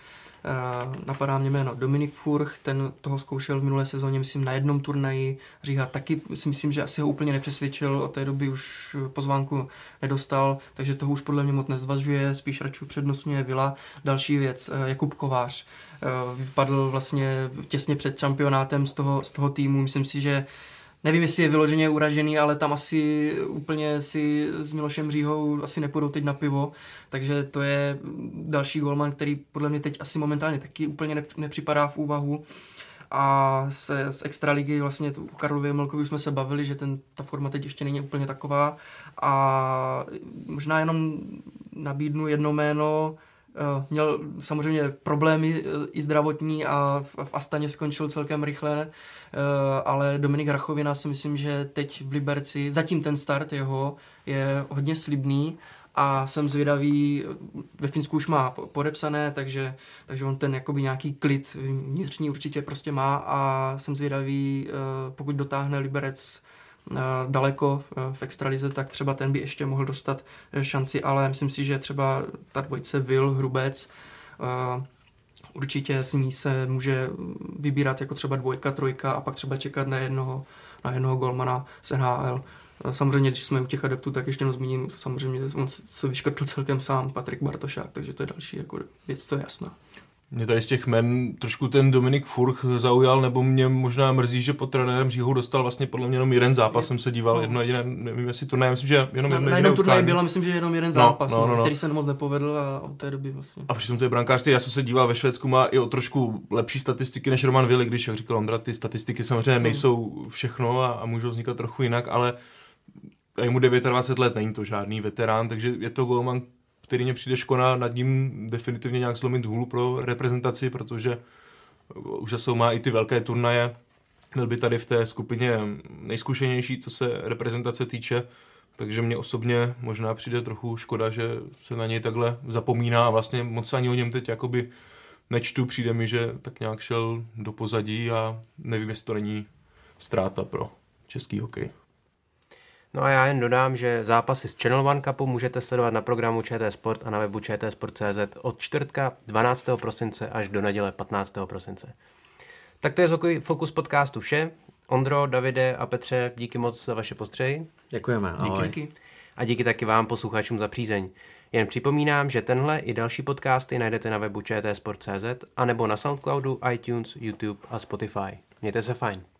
napadá mě jméno Dominik Furch, ten toho zkoušel v minulé sezóně, myslím, na jednom turnaji. Říha taky si myslím, že asi ho úplně nepřesvědčil, od té doby už pozvánku nedostal, takže toho už podle mě moc nezvažuje, spíš radši přednostňuje Vila. Další věc, Jakub Kovář vypadl vlastně těsně před šampionátem z toho týmu, myslím si, že nevím, jestli je vyloženě uražený, ale tam asi úplně si s Milošem Říhou asi nepůjdou teď na pivo, takže to je další golman, který podle mě teď asi momentálně taky úplně nepřipadá v úvahu. A z extraligy vlastně u Karlově Melkovi už jsme se bavili, že ta forma teď ještě není úplně taková, a možná jenom nabídnu jedno jméno. Měl samozřejmě problémy i zdravotní a v Astaně skončil celkem rychle, ale Dominik Rachovina si myslím, že teď v Liberci, zatím ten start jeho je hodně slibný a jsem zvědavý, ve Finsku už má podepsané, takže on ten jakoby nějaký klid vnitřní určitě prostě má, a jsem zvědavý, pokud dotáhne Liberec daleko v extralize, tak třeba ten by ještě mohl dostat šanci, ale myslím si, že třeba ta dvojice Vil, Hrubec, určitě z ní se může vybírat jako třeba 2, 3 a pak třeba čekat na jednoho golmana z NHL. Samozřejmě, když jsme u těch adeptů, tak ještě zmíním, samozřejmě on se vyškrtl celkem sám, Patrik Bartošák, takže to je další jako věc, co je jasná. Mě tady z těch men trošku ten Dominik Furch zaujal, nebo mě možná mrzí, že pod trenérem Říhou dostal vlastně podle mě jenom jeden zápas, jsem se díval, jedno jediné, nevím, jestli to ne, myslím, že jenom jedno jednom turnaji byl, myslím, že jenom jeden zápas, který se moc nepovedl, a od té doby vlastně. A přitom to je brankář, který já jsem se díval, ve Švédsku má i o trošku lepší statistiky než Roman Vili, když, jak říkal Ondra, ty statistiky samozřejmě nejsou všechno a můžou vznikat trochu jinak, ale je mu 29 let, není to žádný veterán, takže je to golman, který mě přijde škoda nad ním definitivně nějak zlomit hůl pro reprezentaci, protože už zase má i ty velké turnaje. Byl by tady v té skupině nejzkušenější, co se reprezentace týče, takže mě osobně možná přijde trochu škoda, že se na něj takhle zapomíná a vlastně moc ani o něm teď jakoby nečtu. Přijde mi, že tak nějak šel do pozadí a nevím, jestli to není ztráta pro český hokej. No a já jen dodám, že zápasy z Channel One Cupu můžete sledovat na programu ČT Sport a na webu čtsport.cz od čtvrtka 12. prosince až do neděle 15. prosince. Tak to je z Hokej Focus podcastu vše. Ondro, Davide a Petře, díky moc za vaše postřehy. Děkujeme. Ahoj. Díky. A díky taky vám, posluchačům, za přízeň. Jen připomínám, že tenhle i další podcasty najdete na webu čtsport.cz a nebo na Soundcloudu, iTunes, YouTube a Spotify. Mějte se fajn.